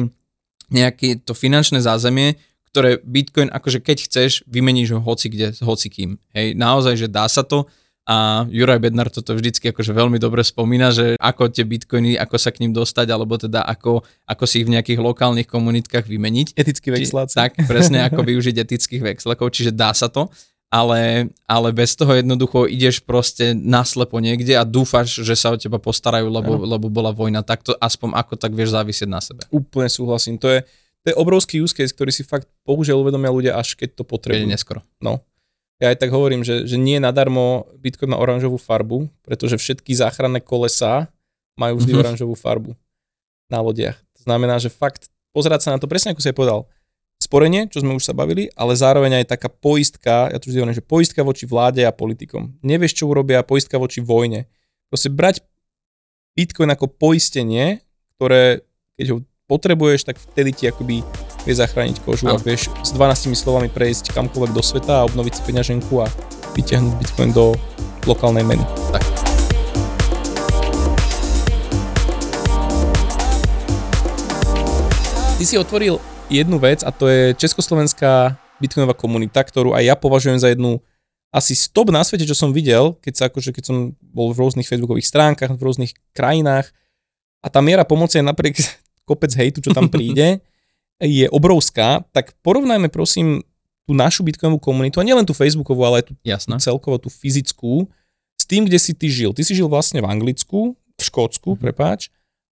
Speaker 3: nejaké to finančné zázemie, ktoré Bitcoin, akože keď chceš, vymeníš ho hoci kde, s hocikým, hej, naozaj, že dá sa to. A Juraj Bednar toto vždycky akože veľmi dobre spomína, že ako tie bitcoiny, ako sa k ním dostať, alebo teda ako, ako si ich v nejakých lokálnych komunitkách vymeniť.
Speaker 1: Etický vexláci.
Speaker 3: Tak, presne ako využiť etických vexlakov, čiže dá sa to, ale, ale bez toho jednoducho ideš proste naslepo niekde a dúfaš, že sa o teba postarajú, lebo, lebo bola vojna. Tak to aspoň ako tak vieš závisieť na sebe.
Speaker 1: Úplne súhlasím. To je, to je obrovský use case, ktorý si fakt bohužiaľ uvedomia ľudia, až keď to potrebujú.
Speaker 3: Keď je neskoro.
Speaker 1: No. Ja aj tak hovorím, že, že nie nadarmo Bitcoin má oranžovú farbu, pretože všetky záchranné kolesá majú vždy mm-hmm. oranžovú farbu na lodiach. To znamená, že fakt pozerať sa na to presne, ako si aj povedal, sporenie, čo sme už sa bavili, ale zároveň aj taká poistka, ja tu vždy hovorím, že poistka voči vláde a politikom. Nevieš, čo urobia, poistka voči vojne. Proste brať Bitcoin ako poistenie, ktoré, keď ho potrebuješ, tak vtedy ti akoby vie zachrániť kožu a vieš s dvanástimi slovami prejsť kamkoľvek do sveta a obnoviť si peňaženku a vyťahnuť Bitcoin do lokálnej meny. Tak. Ty si otvoril jednu vec a to je československá bitcoinová komunita, ktorú aj ja považujem za jednu asi stop na svete, čo som videl, keď, sa akože, keď som bol v rôznych facebookových stránkach, v rôznych krajinách a tá miera pomoci napriek kopec hejtu, čo tam príde, je obrovská, tak porovnajme prosím tú našu bitcoinovú komunitu, a nielen tú facebookovú, ale aj tú, tú celkovo, tú fyzickú, s tým, kde si ty žil. Ty si žil vlastne v Anglicku, v Škótsku, mm-hmm. prepáč,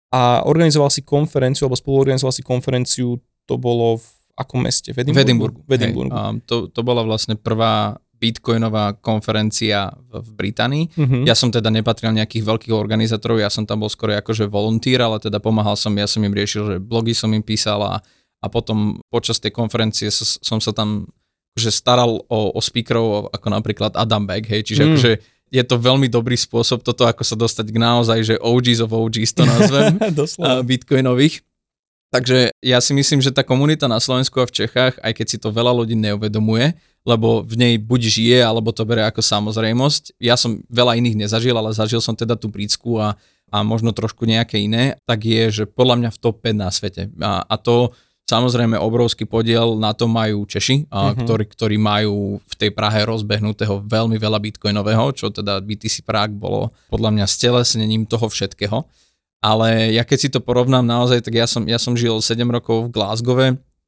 Speaker 1: a organizoval si konferenciu, alebo spoluorganizoval si konferenciu, to bolo v akom meste? V Edinburgu.
Speaker 3: V Edinburgu. Um, to, to bola vlastne prvá bitcoinová konferencia v, v Británii. Uh-huh. Ja som teda nepatril nejakých veľkých organizátorov, ja som tam bol skoro akože volunteer, ale teda pomáhal som, ja som im riešil, že blogy som im písal a, a potom počas tej konferencie som, som sa tam akože staral o, o speakerov, ako napríklad Adam Beck, hej, čiže mm. akože je to veľmi dobrý spôsob toto, ako sa dostať k naozaj, že ó gés of ó gés to nazvem, bitcoinových. Takže ja si myslím, že tá komunita na Slovensku a v Čechách, aj keď si to veľa ľudí neuvedomuje, lebo v nej buď žije, alebo to bere ako samozrejmosť. Ja som veľa iných nezažil, ale zažil som teda tú britskú a, a možno trošku nejaké iné, tak je, že podľa mňa v top päť na svete. A, a to samozrejme obrovský podiel na to majú Češi, a, uh-huh. ktorí, ktorí majú v tej Prahe rozbehnutého veľmi veľa bitcoinového, čo teda bé té cé Prague bolo podľa mňa stelesnením toho všetkého. Ale ja keď si to porovnám naozaj, tak ja som, ja som žil sedem rokov v Glasgowe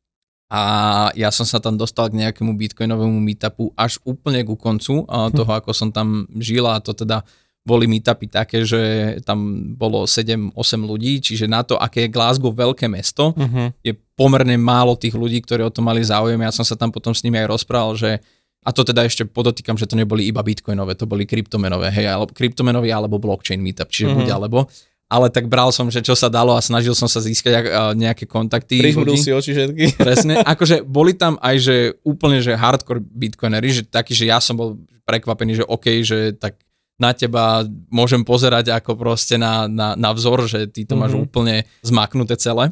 Speaker 3: a ja som sa tam dostal k nejakému bitcoinovému meetupu až úplne ku koncu toho, ako som tam žil, a to teda boli meetupy také, že tam bolo sedem osem ľudí, čiže na to, aké je Glasgow veľké mesto, uh-huh. je pomerne málo tých ľudí, ktorí o to mali záujem. Ja som sa tam potom s nimi aj rozprával, že a to teda ešte podotýkam, že to neboli iba bitcoinové, to boli kryptomenové, hej, alebo kryptomenový alebo blockchain meetup, čiže uh-huh. buď alebo. Ale tak bral som, že čo sa dalo a snažil som sa získať nejaké kontakty.
Speaker 1: Prižmrul si oči všetky.
Speaker 3: Presne, akože boli tam aj, že úplne, že hardcore bitcoinery, že taký, že ja som bol prekvapený, že OK, že tak na teba môžem pozerať ako proste na, na, na vzor, že ty to máš mm-hmm. úplne zmaknuté celé.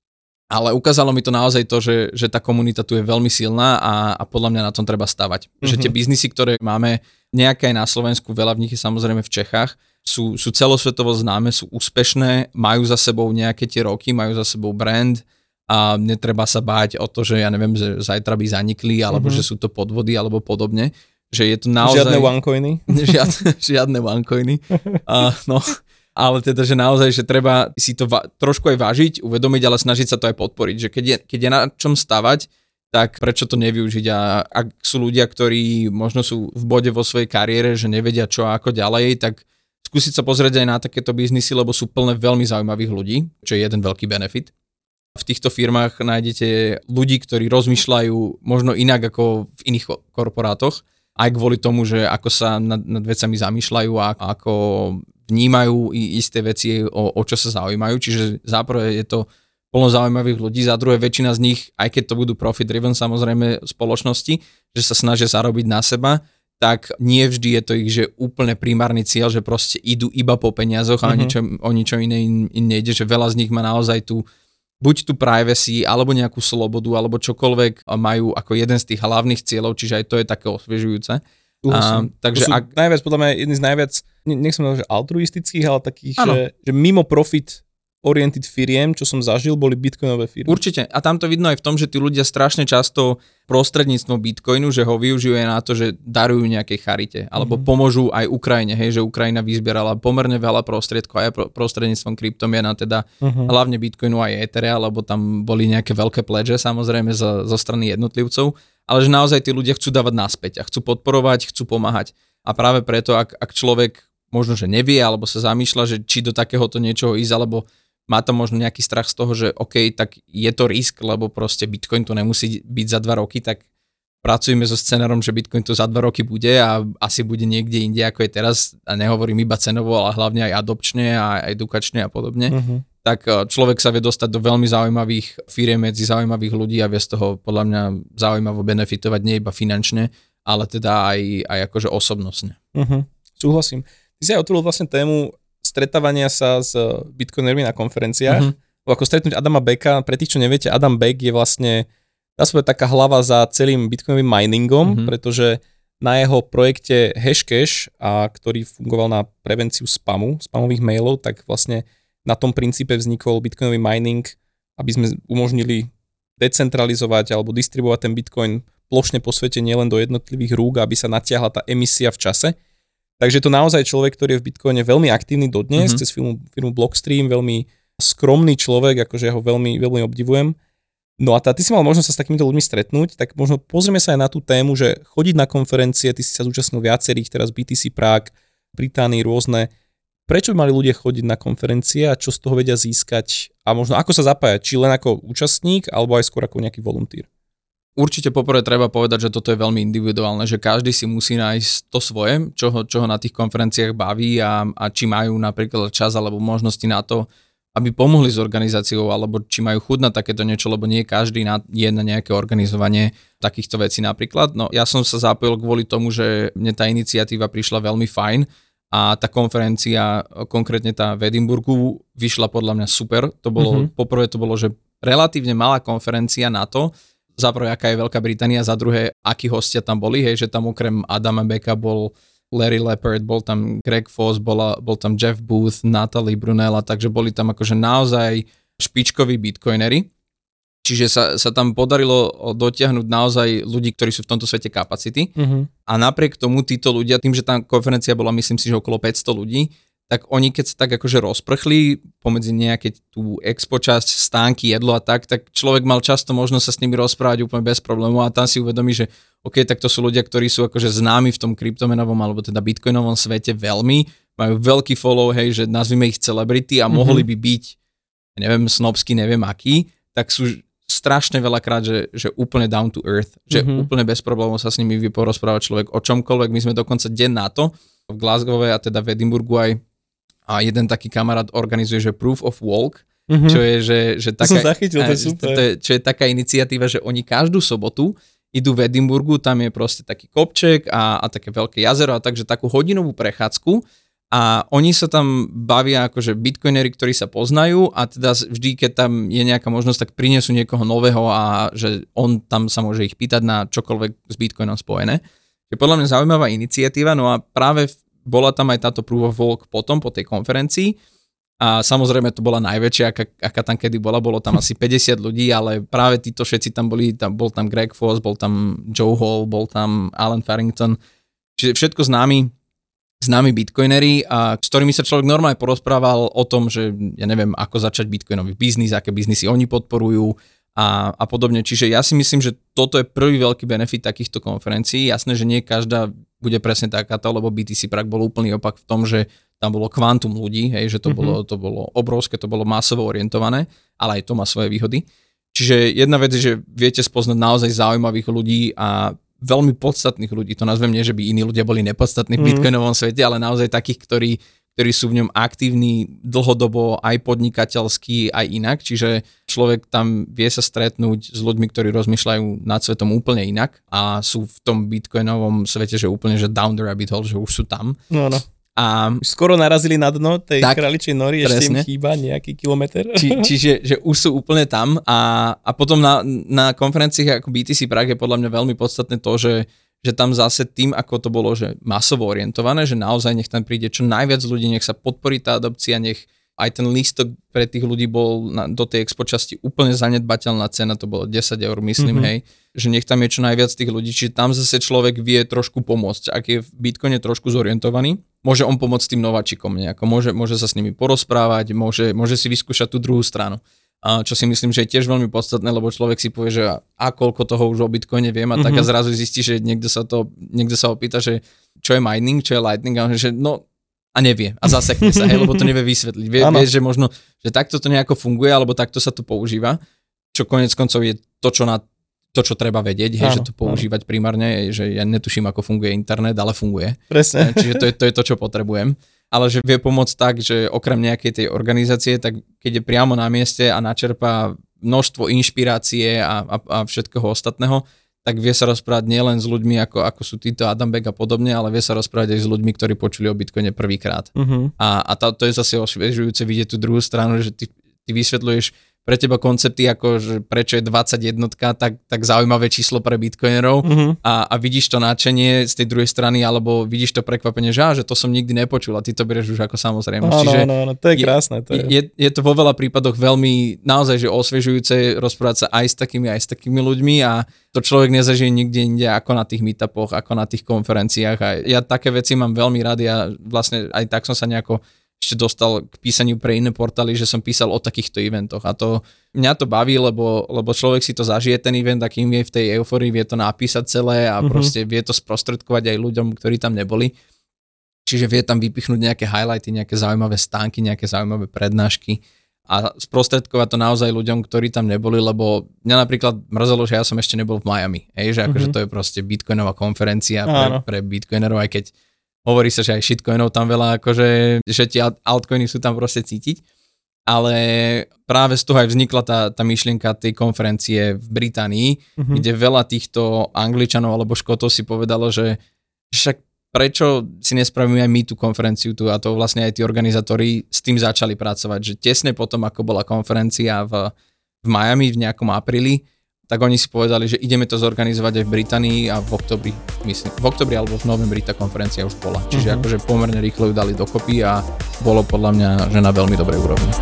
Speaker 3: Ale ukázalo mi to naozaj to, že, že tá komunita tu je veľmi silná a, a podľa mňa na tom treba stavať. Mm-hmm. Že tie biznisy, ktoré máme, nejaké aj na Slovensku, veľa v nich je samozrejme v Čechách, sú, sú celosvetovo známe, sú úspešné, majú za sebou nejaké tie roky, majú za sebou brand a netreba sa báť o to, že ja neviem, že zajtra by zanikli, alebo mm-hmm. že sú to podvody, alebo podobne. Že je to naozaj...
Speaker 1: Žiadne onecoiny.
Speaker 3: Žiadne, žiadne onecoiny. Uh, no, ale teda, že naozaj, že treba si to va- trošku aj vážiť, uvedomiť, ale snažiť sa to aj podporiť. Že keď je, keď je na čom stavať, tak prečo to nevyužiť? A ak sú ľudia, ktorí možno sú v bode vo svojej kariére, že nevedia čo a ako ďalej, tak skúsiť sa pozrieť aj na takéto biznisy, lebo sú plné veľmi zaujímavých ľudí, čo je jeden veľký benefit. V týchto firmách nájdete ľudí, ktorí rozmýšľajú možno inak ako v iných korporátoch, aj kvôli tomu, že ako sa nad, nad vecami zamýšľajú a ako vnímajú isté veci, o, o čo sa zaujímajú. Čiže za prvé je to plno zaujímavých ľudí, za druhé väčšina z nich, aj keď to budú profit-driven samozrejme spoločnosti, že sa snažia zarobiť na seba, tak nie vždy je to ich že úplne primárny cieľ, že proste idú iba po peniazoch a mm-hmm. ničo, o ničo iné in, in nejde, že veľa z nich má naozaj tú buď tú privacy, alebo nejakú slobodu, alebo čokoľvek majú ako jeden z tých hlavných cieľov, čiže aj to je také osviežujúce.
Speaker 1: Uh, takže ak... najviac, podľa mňa, jedný z najviac, nech som povedal, že altruistických, ale takých, že, že mimo profit oriented firiem, čo som zažil, boli bitcoinové firmy.
Speaker 3: Určite. A tam to vidno aj v tom, že tí ľudia strašne často prostredníctvom bitcoinu, že ho využijú na to, že darujú nejakej charite, alebo mm-hmm. pomôžu aj Ukrajine, hej, že Ukrajina vyzbierala pomerne veľa prostriedkov aj prostredníctvom kryptomiena, teda mm-hmm. hlavne bitcoinu aj Etherea, lebo tam boli nejaké veľké pledže, samozrejme zo, zo strany jednotlivcov, ale že naozaj tí ľudia chcú dávať naspäť a chcú podporovať, chcú pomáhať. A práve preto, ak, ak človek možno, že nevie, alebo sa zamýšľa, že či do takéhoto niečoho ísť, alebo má tam možno nejaký strach z toho, že OK, tak je to risk, lebo proste Bitcoin to nemusí byť za dva roky, tak pracujeme so scenárom, že Bitcoin to za dva roky bude a asi bude niekde inde, ako je teraz, a nehovorím iba cenovo, ale hlavne aj adopčne a edukačne a podobne, uh-huh. tak človek sa vie dostať do veľmi zaujímavých firiem medzi zaujímavých ľudí a vie z toho podľa mňa zaujímavo benefitovať nie iba finančne, ale teda aj, aj akože osobnostne.
Speaker 1: Uh-huh. Súhlasím. Ty si aj otvoril vlastne tému stretávania sa s bitcoinermi na konferenciách, mm-hmm. ako stretnúť Adama Becka, pre tých, čo neviete, Adam Beck je vlastne, dá sa povedať, taká hlava za celým bitcoinovým miningom, mm-hmm. pretože na jeho projekte Hashcash, a ktorý fungoval na prevenciu spamu, spamových mailov, tak vlastne na tom princípe vznikol bitcoinový mining, aby sme umožnili decentralizovať alebo distribuovať ten bitcoin plošne po svete, nielen do jednotlivých rúk, aby sa natiahla tá emisia v čase. Takže je to naozaj človek, ktorý je v bitcoine veľmi aktívny dodnes, mm-hmm. cez firmu, firmu Blockstream, veľmi skromný človek, akože ja ho veľmi, veľmi obdivujem. No a tá, ty si mal možnosť sa s takýmito ľuďmi stretnúť, tak možno pozrieme sa aj na tú tému, že chodiť na konferencie, ty si sa zúčastnil viacerých, teraz bé té cé Prague, Británii rôzne. Prečo by mali ľudia chodiť na konferencie a čo z toho vedia získať a možno ako sa zapájať, či len ako účastník alebo aj skôr ako nejaký volunteer?
Speaker 3: Určite poprvé treba povedať, že toto je veľmi individuálne, že každý si musí nájsť to svoje, čo ho, čo ho na tých konferenciách baví a, a či majú napríklad čas alebo možnosti na to, aby pomohli s organizáciou, alebo či majú chuť na takéto niečo, lebo nie každý na, je na nejaké organizovanie takýchto vecí napríklad. No ja som sa zapojil kvôli tomu, že mne tá iniciatíva prišla veľmi fajn a tá konferencia, konkrétne tá v Edinburgu, vyšla podľa mňa super. To bolo, mm-hmm. poprvé to bolo, že relatívne malá konferencia na to, za prvé, aká je Veľká Británia, za druhé, akí hostia tam boli, hej, že tam okrem Adama Becka bol Larry Lepard, bol tam Greg Foss, bola, bol tam Jeff Booth, Natalie Brunella, takže boli tam akože naozaj špičkoví bitcoinery. Čiže sa, sa tam podarilo dotiahnuť naozaj ľudí, ktorí sú v tomto svete kapacity. Mm-hmm. A napriek tomu títo ľudia, tým, že tá konferencia bola, myslím si, že okolo päťsto ľudí, tak oni keď sa tak akože rozprchli pomedzi nejaké tú expo časť, stánky, jedlo a tak, tak človek mal často možnosť sa s nimi rozprávať úplne bez problémov a tam si uvedomí, že OK, tak to sú ľudia, ktorí sú akože známi v tom kryptomenovom alebo teda bitcoinovom svete veľmi, majú veľký follow, hej, že nazvime ich celebrity a mm-hmm. mohli by byť, neviem, snobský, neviem aký, tak sú strašne veľakrát, že, že úplne down to earth, že mm-hmm. úplne bez problémov sa s nimi vie porozprávať človek o čomkoľvek. My sme dokonca deň na to v Glasgowe a teda v Edinburgu aj a jeden taký kamarát organizuje, že Proof of Walk, mm-hmm. čo je, že, že taká,
Speaker 1: to som zachytil, to je super.
Speaker 3: To je, čo je taká iniciatíva, že oni každú sobotu idú v Edinburgu, tam je proste taký kopček a, a také veľké jazero a takže takú hodinovú prechádzku a oni sa tam bavia akože bitcoinery, ktorí sa poznajú a teda vždy, keď tam je nejaká možnosť, tak prinesú niekoho nového a že on tam sa môže ich pýtať na čokoľvek s bitcoinom spojené. Je podľa mňa zaujímavá iniciatíva, no a práve v bola tam aj táto Proof of Work potom, po tej konferencii a samozrejme to bola najväčšia, aká, aká tam kedy bola, bolo tam asi päťdesiat ľudí, ale práve títo všetci tam boli, tam, bol tam Greg Foss, bol tam Joe Hall, bol tam Alan Farrington, čiže všetko známi, známi bitcoinery a s ktorými sa človek normálne porozprával o tom, že ja neviem, ako začať bitcoinový biznis, aké biznisy oni podporujú a, a podobne. Čiže ja si myslím, že toto je prvý veľký benefit takýchto konferencií. Jasné, že nie každá bude presne takáto, lebo bé té cé Prague bol úplný opak v tom, že tam bolo kvantum ľudí, hej, že to, mm-hmm. bolo, to bolo obrovské, to bolo masovo orientované, ale aj to má svoje výhody. Čiže jedna vec je, že viete spoznať naozaj zaujímavých ľudí a veľmi podstatných ľudí. To nazvem nie, že by iní ľudia boli nepodstatní v bitcoinovom svete, ale naozaj takých, ktorí ktorí sú v ňom aktívni dlhodobo aj podnikateľsky, aj inak. Čiže človek tam vie sa stretnúť s ľuďmi, ktorí rozmýšľajú nad svetom úplne inak a sú v tom bitcoinovom svete, že úplne, že down the rabbit hole, že už sú tam.
Speaker 1: No, no. A skoro narazili na dno tej králičej nory, ešte im chýba nejaký kilometr.
Speaker 3: Či, čiže že už sú úplne tam a, a potom na, na konferenciách ako bé té cé Prague je podľa mňa veľmi podstatné to, že že tam zase tým, ako to bolo, že masovo orientované, že naozaj nech tam príde čo najviac ľudí, nech sa podporí tá adopcia, nech aj ten lístok pre tých ľudí bol na, do tej expo časti úplne zanedbateľná cena, to bolo desať eur, myslím, mm-hmm. hej, že nech tam je čo najviac tých ľudí, čiže tam zase človek vie trošku pomôcť. Ak je v Bitcoine trošku zorientovaný, môže on pomôcť tým nováčikom nejako, môže, môže sa s nimi porozprávať, môže, môže si vyskúšať tú druhú stranu. A čo si myslím, že je tiež veľmi podstatné, lebo človek si povie, že a koľko toho už o Bitcoine viem a tak mm-hmm. a zrazu zistí, že niekto sa to, niekto sa opýta, že čo je mining, čo je lightning a on že no a nevie a zasekne sa, hej, lebo to nevie vysvetliť. Vie, vie, že možno, že takto to nejako funguje alebo takto sa to používa, čo konec koncov je to, čo na to, čo treba vedieť, hej, áno, že to používať áno. primárne, že ja netuším, ako funguje internet, ale funguje.
Speaker 1: Presne.
Speaker 3: Čiže to je, to je to, čo potrebujem. Ale že vie pomôcť tak, že okrem nejakej tej organizácie, tak keď je priamo na mieste a načerpá množstvo inšpirácie a, a, a všetkého ostatného, tak vie sa rozprávať nielen s ľuďmi, ako, ako sú títo Adam Beck a podobne, ale vie sa rozprávať aj s ľuďmi, ktorí počuli o Bitcoine prvýkrát. Uh-huh. A, a to, to je zase osviežujúce vidieť tú druhú stranu, že ty, ty vysvetľuješ pre teba koncepty, ako že prečo je dvadsaťjeden, tak, tak zaujímavé číslo pre bitcoinerov uh-huh. a, a vidíš to nadšenie z tej druhej strany, alebo vidíš to prekvapenie, že, á, že to som nikdy nepočul a ty to berieš už ako samozrejme.
Speaker 1: Áno, áno, áno, to je krásne. To je.
Speaker 3: Je, je to vo veľa prípadoch veľmi naozaj, že osviežujúce rozprávať sa aj s takými, aj s takými ľuďmi a to človek nezažije nikde inde ako na tých meetupoch, ako na tých konferenciách a ja také veci mám veľmi rád, ja vlastne aj tak som sa nejako ešte dostal k písaniu pre iné portály, že som písal o takýchto eventoch a to mňa to baví, lebo, lebo človek si to zažije ten event a kým je v tej eufórii, vie to napísať celé a mm-hmm. proste vie to sprostredkovať aj ľuďom, ktorí tam neboli. Čiže vie tam vypichnúť nejaké highlighty, nejaké zaujímavé stánky, nejaké zaujímavé prednášky a sprostredkovať to naozaj ľuďom, ktorí tam neboli, lebo mňa napríklad mrzelo, že ja som ešte nebol v Miami, hej, že akože mm-hmm. to je proste bitcoinová konferencia pre, pre bitcoinerov, aj keď hovorí sa, že aj shitcoinov tam veľa, akože, že tie altcoiny sú tam proste cítiť, ale práve z toho aj vznikla tá, tá myšlienka tej konferencie v Británii, mm-hmm. kde veľa týchto Angličanov alebo Škotov si povedalo, že však prečo si nespravíme aj my tú konferenciu tu a to vlastne aj tí organizátori s tým začali pracovať, že tesne potom, ako bola konferencia v, v Miami v nejakom apríli, tak oni si povedali, že ideme to zorganizovať aj v Británii a v oktobri, myslím, v oktobri alebo v novembri tá konferencia už bola. Čiže uh-huh. akože pomerne rýchlo ju dali dokopy a bolo podľa mňa, že na veľmi dobrej úrovni.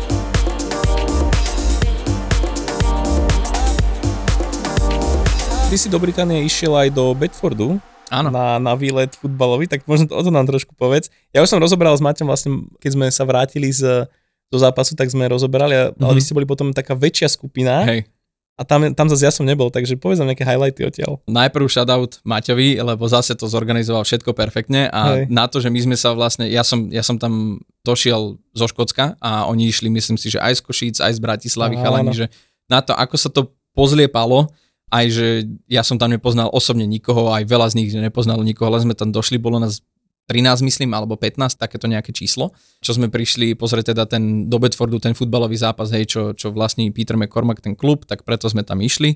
Speaker 1: Ty si do Británie išiel aj do Bedfordu. Áno. Na, na výlet futbalový, tak možno to, o to nám trošku povedz. Ja už som rozoberal s Maťom vlastne, keď sme sa vrátili z, do zápasu, tak sme rozoberali, ale uh-huh. vy ste boli potom taká väčšia skupina.
Speaker 3: Hej.
Speaker 1: A tam, tam zase ja som nebol, takže povedz nám nejaké highlighty odtiaľ.
Speaker 3: Najprv shoutout Maťovi, lebo zase to zorganizoval všetko perfektne a Hej. na to, že my sme sa vlastne, ja som, ja som tam došiel zo Škótska a oni išli, myslím si, že aj z Košíc, aj z Bratislavy, Aha, chalani, že na to, ako sa to pozliepalo, aj že ja som tam nepoznal osobne nikoho, aj veľa z nich nepoznalo nikoho, ale sme tam došli, bolo nás trinásť myslím, alebo pätnásť, takéto nejaké číslo, čo sme prišli pozrieť teda ten do Bedfordu, ten futbalový zápas, hej, čo, čo vlastní Peter McCormack, ten klub, tak preto sme tam išli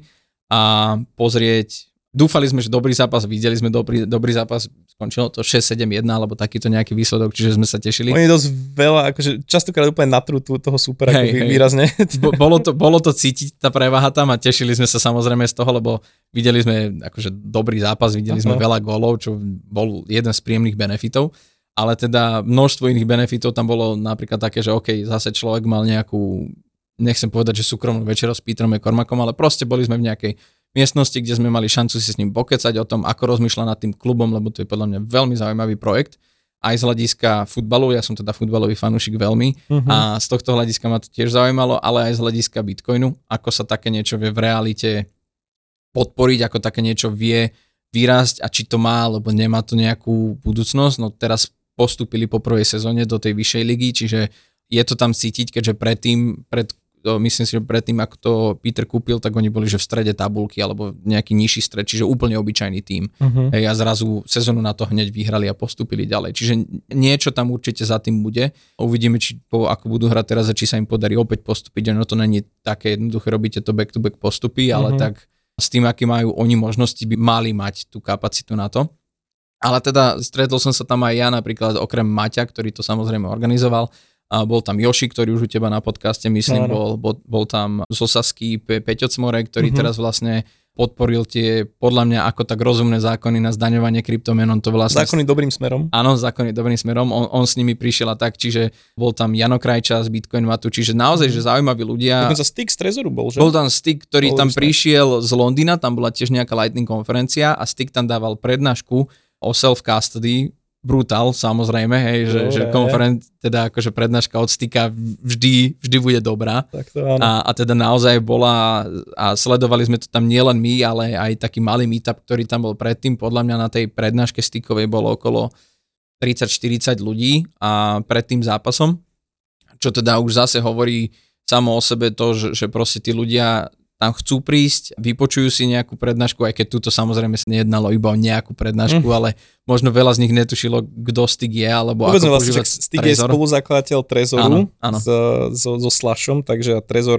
Speaker 3: a pozrieť, dúfali sme, že dobrý zápas, videli sme dobrý, dobrý zápas, skončilo to šesť sedem jeden, alebo takýto nejaký výsledok, čiže sme sa tešili.
Speaker 1: Oni dosť veľa, akože častokrát úplne natrú toho supera, hej, ako hej. výrazne.
Speaker 3: Bo, bolo, to, bolo to cítiť, tá prevaha tam a tešili sme sa samozrejme z toho, lebo videli sme akože dobrý zápas, videli sme Aha. veľa gólov, čo bol jeden z príjemných benefitov, ale teda množstvo iných benefitov tam bolo napríklad také, že OK, zase človek mal nejakú, nechcem povedať, že súkromnú večeru s Peterom McCormackom, ale proste boli sme v nejakej miestnosti, kde sme mali šancu si s ním pokecať o tom, ako rozmýšľa nad tým klubom, lebo to je podľa mňa veľmi zaujímavý projekt. Aj z hľadiska futbalu, ja som teda futbalový fanúšik veľmi uh-huh. a z tohto hľadiska ma to tiež zaujímalo, ale aj z hľadiska Bitcoinu, ako sa také niečo vie v realite podporiť, ako také niečo vie vyrásť a či to má, alebo nemá to nejakú budúcnosť. No teraz postúpili po prvej sezóne do tej vyššej ligy, čiže je to tam cítiť, keďže predtým, pred myslím si, že predtým, ako to Peter kúpil, tak oni boli, že v strede tabulky alebo nejaký nižší stred, čiže úplne obyčajný tím. Uh-huh. Hej, a zrazu sezónu na to hneď vyhrali a postúpili ďalej. Čiže niečo tam určite za tým bude. Uvidíme, či po, ako budú hrať teraz a či sa im podarí opäť postúpiť. No to není také jednoduché, robíte to back-to-back postupy, uh-huh. ale tak s tým, aký majú oni možnosti, by mali mať tú kapacitu na to. Ale teda stretol som sa tam aj ja, napríklad okrem Maťa, ktorý to samozrejme organizoval. A bol tam Joši, ktorý už u teba na podcaste, myslím, no, no. Bol, bol, bol tam z Osasky Pe- Peťo Cmorek, ktorý uh-huh. teraz vlastne podporil tie, podľa mňa, ako tak rozumné zákony na zdaňovanie kryptomien. On to vlastne...
Speaker 1: Zákony dobrým smerom.
Speaker 3: Áno, zákony dobrým smerom. On, on s nimi prišiel a tak, čiže bol tam Jano Krajča z Bitcoin Matu, čiže naozaj, že zaujímaví ľudia.
Speaker 1: Dokonca Stick z Trezoru bol, že?
Speaker 3: Bol tam Stick, ktorý
Speaker 1: bol
Speaker 3: tam prišiel z Londýna, tam bola tiež nejaká Lightning konferencia a Stick tam dával prednášku o self-custody. Brutál, samozrejme, hej, že, že konferent, teda akože prednáška od Sticka vždy, vždy bude dobrá.
Speaker 1: Tak to áno.
Speaker 3: A, a teda naozaj bola, a sledovali sme to tam nielen my, ale aj taký malý meetup, ktorý tam bol predtým. Podľa mňa na tej prednáške Stickovej bolo okolo tridsať štyridsať ľudí a pred tým zápasom, čo teda už zase hovorí samo o sebe to, že, že proste tí ľudia tam chcú prísť, vypočujú si nejakú prednášku, aj keď túto samozrejme sa nejednalo iba o nejakú prednášku, mm. ale možno veľa z nich netušilo, kto Stick je, alebo
Speaker 1: Povedzme
Speaker 3: ako
Speaker 1: vlastne,
Speaker 3: používať
Speaker 1: Stick je spoluzakladateľ Trezoru
Speaker 3: áno, áno.
Speaker 1: so, so, so Slashom, takže Trezor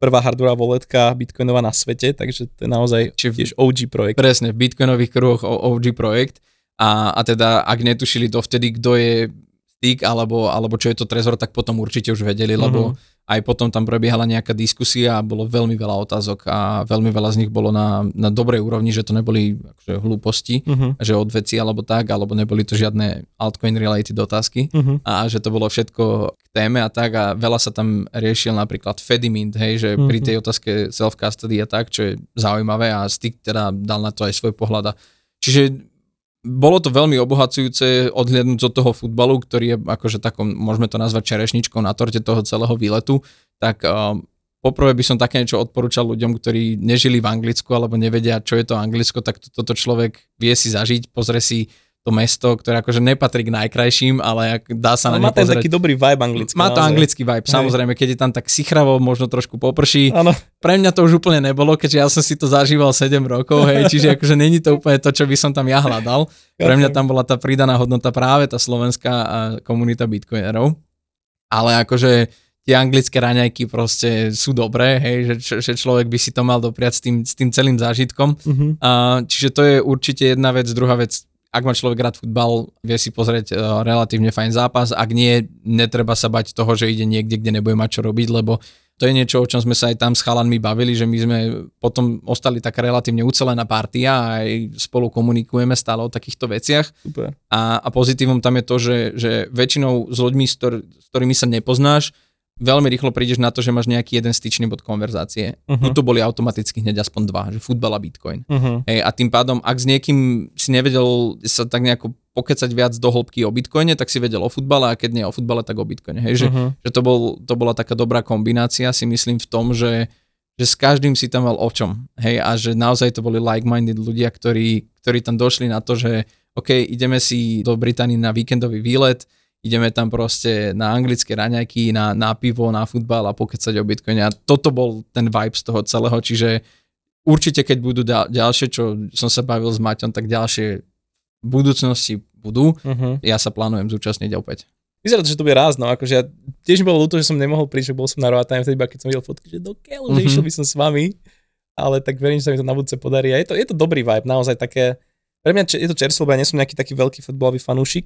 Speaker 1: prvá hardwareová walletka bitcoinová na svete, takže to je naozaj tiež ó gé projekt.
Speaker 3: Presne, v bitcoinových kruhoch ó gé projekt a, a teda ak netušili dovtedy, kto je Stick alebo, alebo čo je to Trezor, tak potom určite už vedeli, mm-hmm. lebo aj potom tam prebiehala nejaká diskusia a bolo veľmi veľa otázok a veľmi veľa z nich bolo na, na dobrej úrovni, že to neboli akože hlúposti, uh-huh. že odveci alebo tak, alebo neboli to žiadne altcoin related otázky uh-huh. a že to bolo všetko k téme a tak a veľa sa tam riešil napríklad Fedimint, hej, že uh-huh. pri tej otázke self-custody a tak, čo je zaujímavé a Stick teda dal na to aj svoj pohľad. A čiže bolo to veľmi obohacujúce odhliadnúť od toho futbalu, ktorý je akože takom, môžeme to nazvať čerešničkou na torte toho celého výletu, tak um, poprvé by som také niečo odporúčal ľuďom, ktorí nežili v Anglicku alebo nevedia, čo je to Anglicko, tak toto človek vie si zažiť, pozrie si to mesto, ktoré akože nepatrí k najkrajším, ale dá sa
Speaker 1: no,
Speaker 3: na ne pozrieť.
Speaker 1: Má ten taký dobrý vibe anglický.
Speaker 3: Má to naozaj. Anglický vibe, hej. Samozrejme, keď je tam tak sichravo, možno trošku poprší.
Speaker 1: Ano.
Speaker 3: Pre mňa to už úplne nebolo, keďže ja som si to zažíval sedem rokov, hej, čiže akože není to úplne to, čo by som tam ja hľadal. Pre mňa tam bola tá pridaná hodnota práve tá slovenská komunita bitcoinerov. Ale akože tie anglické raňajky proste sú dobré, hej, že, že človek by si to mal dopriať s tým, s tým celým zážitkom. Uh-huh. A, čiže to je určite jedna vec, druhá vec. Ak má človek rád futbal, vie si pozrieť uh, relatívne fajn zápas. Ak nie, netreba sa bať toho, že ide niekde, kde nebude mať čo robiť, lebo to je niečo, o čom sme sa aj tam s chalanmi bavili, že my sme potom ostali taká relatívne ucelená partia a aj spolu komunikujeme stále o takýchto veciach.
Speaker 1: Super.
Speaker 3: A, a pozitívum tam je to, že, že väčšinou s ľuďmi, s, ktor- s ktorými sa nepoznáš, veľmi rýchlo prídeš na to, že máš nejaký jeden styčný bod konverzácie. Uh-huh. Tuto boli automaticky hneď aspoň dva, že futbal a bitcoin. Uh-huh. Hej, a tým pádom, ak s niekým si nevedel sa tak nejako pokecať viac do hĺbky o bitcoine, tak si vedel o futbale a keď nie o futbale, tak o bitcoine. Hej, že, uh-huh. že to, bol, to bola taká dobrá kombinácia, si myslím v tom, že, že s každým si tam mal o čom. Hej, a že naozaj to boli like-minded ľudia, ktorí, ktorí tam došli na to, že OK, ideme si do Británie na víkendový výlet, ideme tam proste na anglické raňajky, na, na pivo, na futbal a pokecať o bitcoine. A toto bol ten vibe z toho celého, čiže určite keď budú da- ďalšie, čo som sa bavil s Maťom, tak ďalšie v budúcnosti budú. Uh-huh. Ja sa plánujem zúčastniť opäť.
Speaker 1: Vyzerá to, že to bude rázno, akože ja tiež mi bolo ľúto, že som nemohol prísť, že bol som na Roatime vtedy, keď som videl fotky, že do keľu, uh-huh. že išiel by som s vami, ale tak verím, že sa mi to na budúce podarí. A je to, je to dobrý vibe, naozaj také, pre mňa je to čerstvo, lebo ja nie som nejaký taký veľký futbalový fanúšik,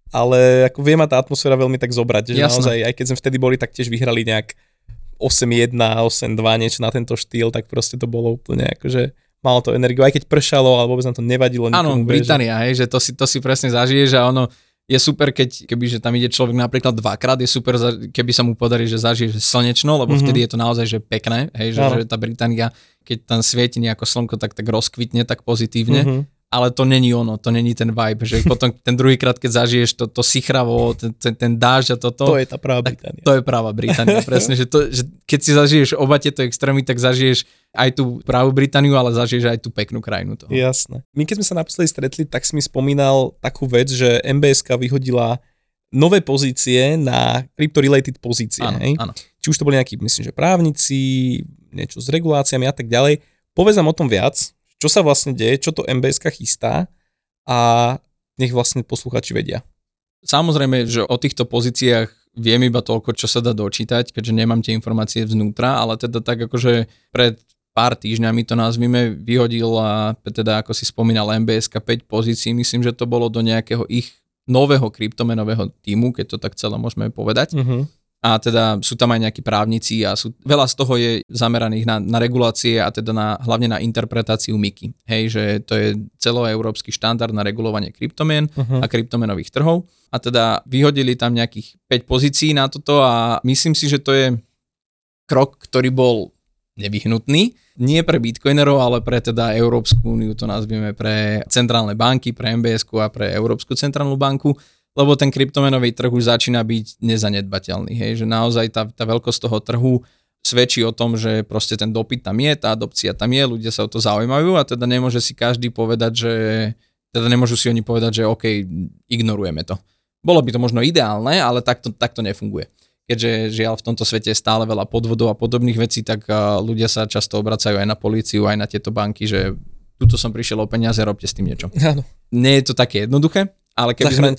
Speaker 1: ale ako vie ma tá atmosféra veľmi tak zobrať, že Jasne. Naozaj, aj keď sme vtedy boli, tak tiež vyhrali nejak osem jedna, osem dva, niečo na tento štýl, tak proste to bolo úplne akože malo to energiu, aj keď pršalo, ale vôbec nám to nevadilo.
Speaker 3: Áno, Británia, hej, že to si, to si presne zažiješ a ono je super, keď kebyže tam ide človek napríklad dvakrát, je super, keby sa mu podarí, že zažije slnečno, lebo mm-hmm. vtedy je to naozaj že pekné, hej, že, že tá Británia, keď tam svieti nejako slnko, tak, tak rozkvitne, tak pozitívne. Mm-hmm. Ale to není ono, to není ten vibe, že potom ten druhýkrát, keď zažiješ to, to sichravo, ten, ten, ten dážď a toto.
Speaker 1: To je tá práva Británia.
Speaker 3: To je práva Británia, presne, že, to, že keď si zažiješ oba tieto extrémy, tak zažiješ aj tú právu Britániu, ale zažiješ aj tú peknú krajinu toho.
Speaker 1: Jasné. My keď sme sa naposledy stretli, tak si mi spomínal takú vec, že em bé es ká vyhodila nové pozície na crypto-related pozície.
Speaker 3: Áno,
Speaker 1: hej?
Speaker 3: áno.
Speaker 1: Či už to boli nejakí, myslím, že právnici, niečo s reguláciami a tak ďalej. Povedz nám o tom viac. Čo sa vlastne deje, čo to em bé es ká chystá a nech vlastne posluchači vedia.
Speaker 3: Samozrejme, že o týchto pozíciách viem iba toľko, čo sa dá dočítať, keďže nemám tie informácie vznútra, ale teda tak akože pred pár týždňami to nazvime vyhodil a teda ako si spomínal em bé es ká päť pozícií, myslím, že to bolo do nejakého ich nového kryptomenového tímu, keď to tak celé môžeme povedať. Uh-huh. A teda sú tam aj nejakí právnici a sú, veľa z toho je zameraných na, na regulácie a teda na, hlavne na interpretáciu MiCA. Hej, že to je celoeurópsky štandard na regulovanie kryptomien uh-huh. a kryptomenových trhov. A teda vyhodili tam nejakých päť pozícií na toto a myslím si, že to je krok, ktorý bol nevyhnutný. Nie pre bitcoinerov, ale pre teda Európsku úniu, to nazvieme pre centrálne banky, pre em bé esku a pre Európsku centrálnu banku, lebo ten kryptomenový trh už začína byť nezanedbateľný, hej, že naozaj tá, tá veľkosť toho trhu svedčí o tom, že proste ten dopyt tam je, tá adopcia tam je, ľudia sa o to zaujímajú a teda nemôže si každý povedať, že teda nemôžu si oni povedať, že OK, ignorujeme to. Bolo by to možno ideálne, ale takto, takto nefunguje. Keďže žiaľ v tomto svete je stále veľa podvodov a podobných vecí, tak ľudia sa často obracajú aj na políciu, aj na tieto banky, že tuto som prišiel o peniaze, robte s tým niečo.
Speaker 1: Áno.
Speaker 3: Nie je to také jednoduché, ale keby sme,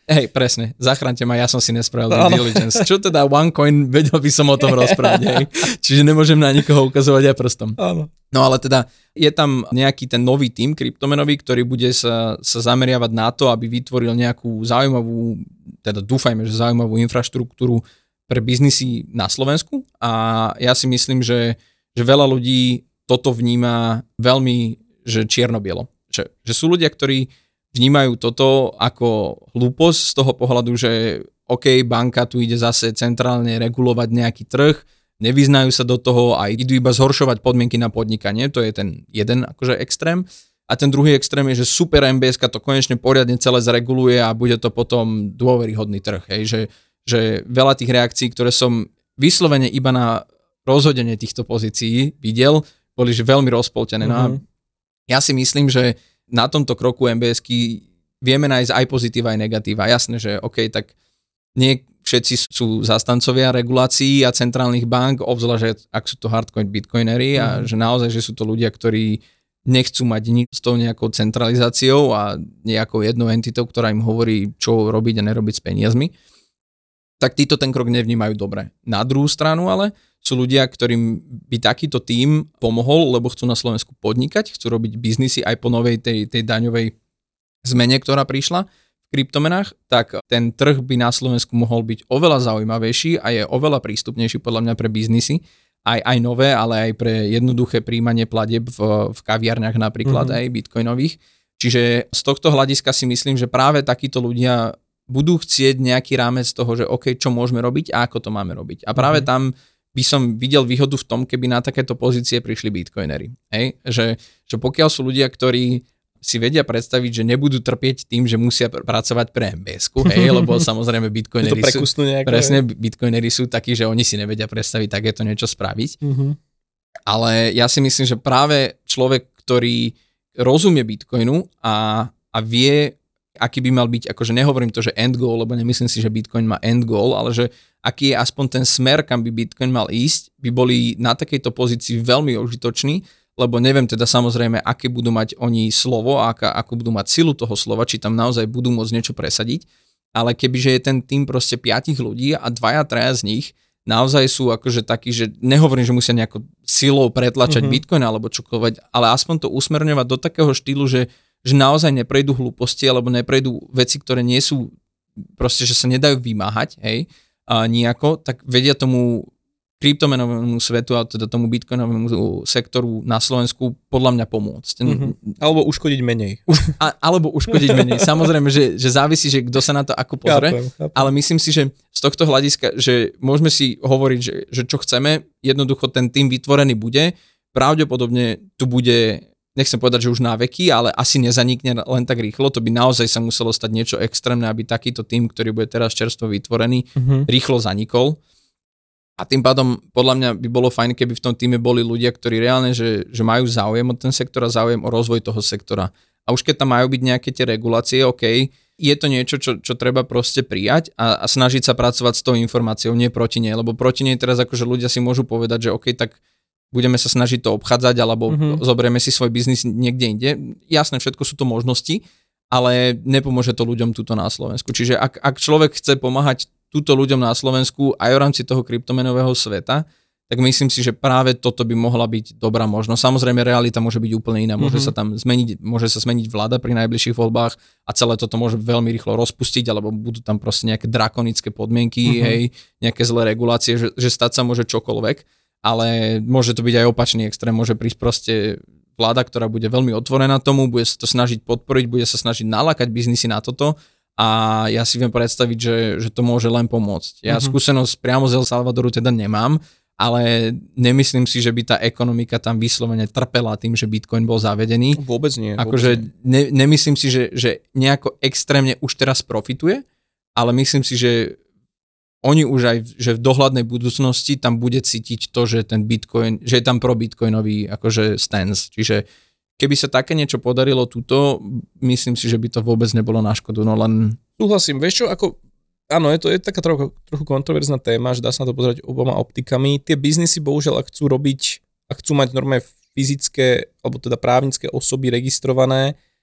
Speaker 3: Hej, presne, zachránte ma, ja som si nespravil due diligence. Čo teda OneCoin, vedel by som o tom rozprávať, hej. Čiže nemôžem na nikoho ukazovať aj prstom.
Speaker 1: Áno.
Speaker 3: No ale teda je tam nejaký ten nový tím kryptomenový, ktorý bude sa, sa zameriavať na to, aby vytvoril nejakú zaujímavú, teda dúfajme, že zaujímavú infraštruktúru pre biznisy na Slovensku a ja si myslím, že, že veľa ľudí toto vníma veľmi, že čierno-bielo. Že, že sú ľudia, ktorí vnímajú toto ako hlúposť z toho pohľadu, že OK, banka tu ide zase centrálne regulovať nejaký trh, nevyznajú sa do toho a idú iba zhoršovať podmienky na podnikanie, to je ten jeden akože extrém. A ten druhý extrém je, že super em bé eska to konečne poriadne celé zreguluje a bude to potom dôveryhodný trh. Hej? Že, že veľa tých reakcií, ktoré som vyslovene iba na rozhodenie týchto pozícií videl, boli že veľmi rozpoltené. Mm-hmm. No a ja si myslím, že na tomto kroku em bé esky vieme nájsť aj pozitíva, aj negatíva. Jasné, že OK, tak nie všetci sú zastancovia regulácií a centrálnych bank, obzvlášť ak sú to hardcoin bitcoinery a mm. že naozaj, že sú to ľudia, ktorí nechcú mať nič s tou nejakou centralizáciou a nejakou jednou entitou, ktorá im hovorí, čo robiť a nerobiť s peniazmi. Tak títo ten krok nevnímajú dobre. Na druhú stranu ale sú ľudia, ktorým by takýto tím pomohol, lebo chcú na Slovensku podnikať, chcú robiť biznisy aj po novej tej, tej daňovej zmene, ktorá prišla v kryptomenách, tak ten trh by na Slovensku mohol byť oveľa zaujímavejší a je oveľa prístupnejší podľa mňa pre biznisy, aj, aj nové, ale aj pre jednoduché príjmanie platieb v, v kaviarniach napríklad, mm-hmm. aj bitcoinových. Čiže z tohto hľadiska si myslím, že práve takíto ľudia budú chcieť nejaký rámec toho, že OK, čo môžeme robiť a ako to máme robiť. A práve mm-hmm. tam by som videl výhodu v tom, keby na takéto pozície prišli bitcoinery. Hej? Že, že pokiaľ sú ľudia, ktorí si vedia predstaviť, že nebudú trpieť tým, že musia pr- pracovať pre em bé esku, hej, lebo samozrejme bitcoinery sú, nejako, presne, bitcoinery sú takí, že oni si nevedia predstaviť takéto niečo spraviť. Mm-hmm. Ale ja si myslím, že práve človek, ktorý rozumie bitcoinu a, a vie, aký by mal byť, akože nehovorím to, že end goal, lebo nemyslím si, že bitcoin má end goal, ale že aký je aspoň ten smer, kam by bitcoin mal ísť, by boli na takejto pozícii veľmi užitoční, lebo neviem teda samozrejme, aké budú mať oni slovo, aká, ako budú mať silu toho slova, či tam naozaj budú môcť niečo presadiť, ale kebyže je ten tým proste piatich ľudí a dvaja, traja z nich naozaj sú akože takí, že nehovorím, že musia nejako silou pretlačať mm-hmm. bitcoin alebo čokoľvek, ale aspoň to usmerňovať do takého štýlu, že, že naozaj neprejdú hlúposti alebo neprejdú veci, ktoré nie sú proste, že sa nedajú vymáhať, hej, a nejako, tak vedia tomu kryptomenovému svetu a teda tomu bitcoinovému sektoru na Slovensku podľa mňa pomôcť.
Speaker 1: Mm-hmm. Alebo uškodiť menej.
Speaker 3: Už, a, alebo uškodiť menej. Samozrejme, že, že závisí, že kto sa na to ako pozrie, chápem, chápem. Ale myslím si, že z tohto hľadiska, že môžeme si hovoriť, že, že čo chceme, jednoducho ten tým vytvorený bude, pravdepodobne tu bude, nechcem povedať, že už na veky, ale asi nezanikne len tak rýchlo, to by naozaj sa muselo stať niečo extrémne, aby takýto tým, ktorý bude teraz čerstvo vytvorený, mm-hmm. rýchlo zanikol. A tým pádom podľa mňa by bolo fajn, keby v tom týme boli ľudia, ktorí reálne, že, že majú záujem o ten sektor a záujem o rozvoj toho sektora. A už keď tam majú byť nejaké tie regulácie, OK, je to niečo, čo, čo treba proste prijať a, a snažiť sa pracovať s tou informáciou, nie proti nej, lebo proti nej teraz akože ľudia si môžu povedať, že OK, tak budeme sa snažiť to obchádzať alebo mm-hmm. zoberieme si svoj biznis niekde inde. Jasné, všetko sú to možnosti, ale nepomôže to ľuďom tuto na Slovensku. Čiže ak, ak človek chce pomáhať túto ľuďom na Slovensku aj v rámci toho kryptomenového sveta, tak myslím si, že práve toto by mohla byť dobrá možnosť. Samozrejme, realita môže byť úplne iná. Môže mm-hmm. sa tam zmeniť, môže sa zmeniť vláda pri najbližších voľbách a celé toto môže veľmi rýchlo rozpustiť, alebo budú tam proste nejaké drakonické podmienky, mm-hmm. hej, nejaké zlé regulácie, že, že stať sa môže čokoľvek, ale môže to byť aj opačný extrém, môže prísť proste vláda, ktorá bude veľmi otvorená tomu, bude sa to snažiť podporiť, bude sa snažiť nalákať biznisy na toto. A ja si viem predstaviť, že, že to môže len pomôcť. Ja mm-hmm. skúsenosť priamo z El Salvadoru teda nemám, ale nemyslím si, že by tá ekonomika tam vyslovene trpela tým, že Bitcoin bol zavedený.
Speaker 1: Vôbec nie.
Speaker 3: Akože ne, nemyslím si, že, že nejako extrémne už teraz profituje, ale myslím si, že oni už aj že v dohľadnej budúcnosti tam bude cítiť to, že ten Bitcoin, že je tam pro Bitcoinový akože stance. Čiže keby sa také niečo podarilo tuto, myslím si, že by to vôbec nebolo na škodu, no len...
Speaker 1: Súhlasím, vieš čo, ako, áno, je to je taká trochu, trochu kontroverzná téma, že dá sa na to pozerať oboma optikami. Tie biznisy, bohužiaľ, ak chcú robiť, ak chcú mať normálne fyzické, alebo teda právnické osoby registrované,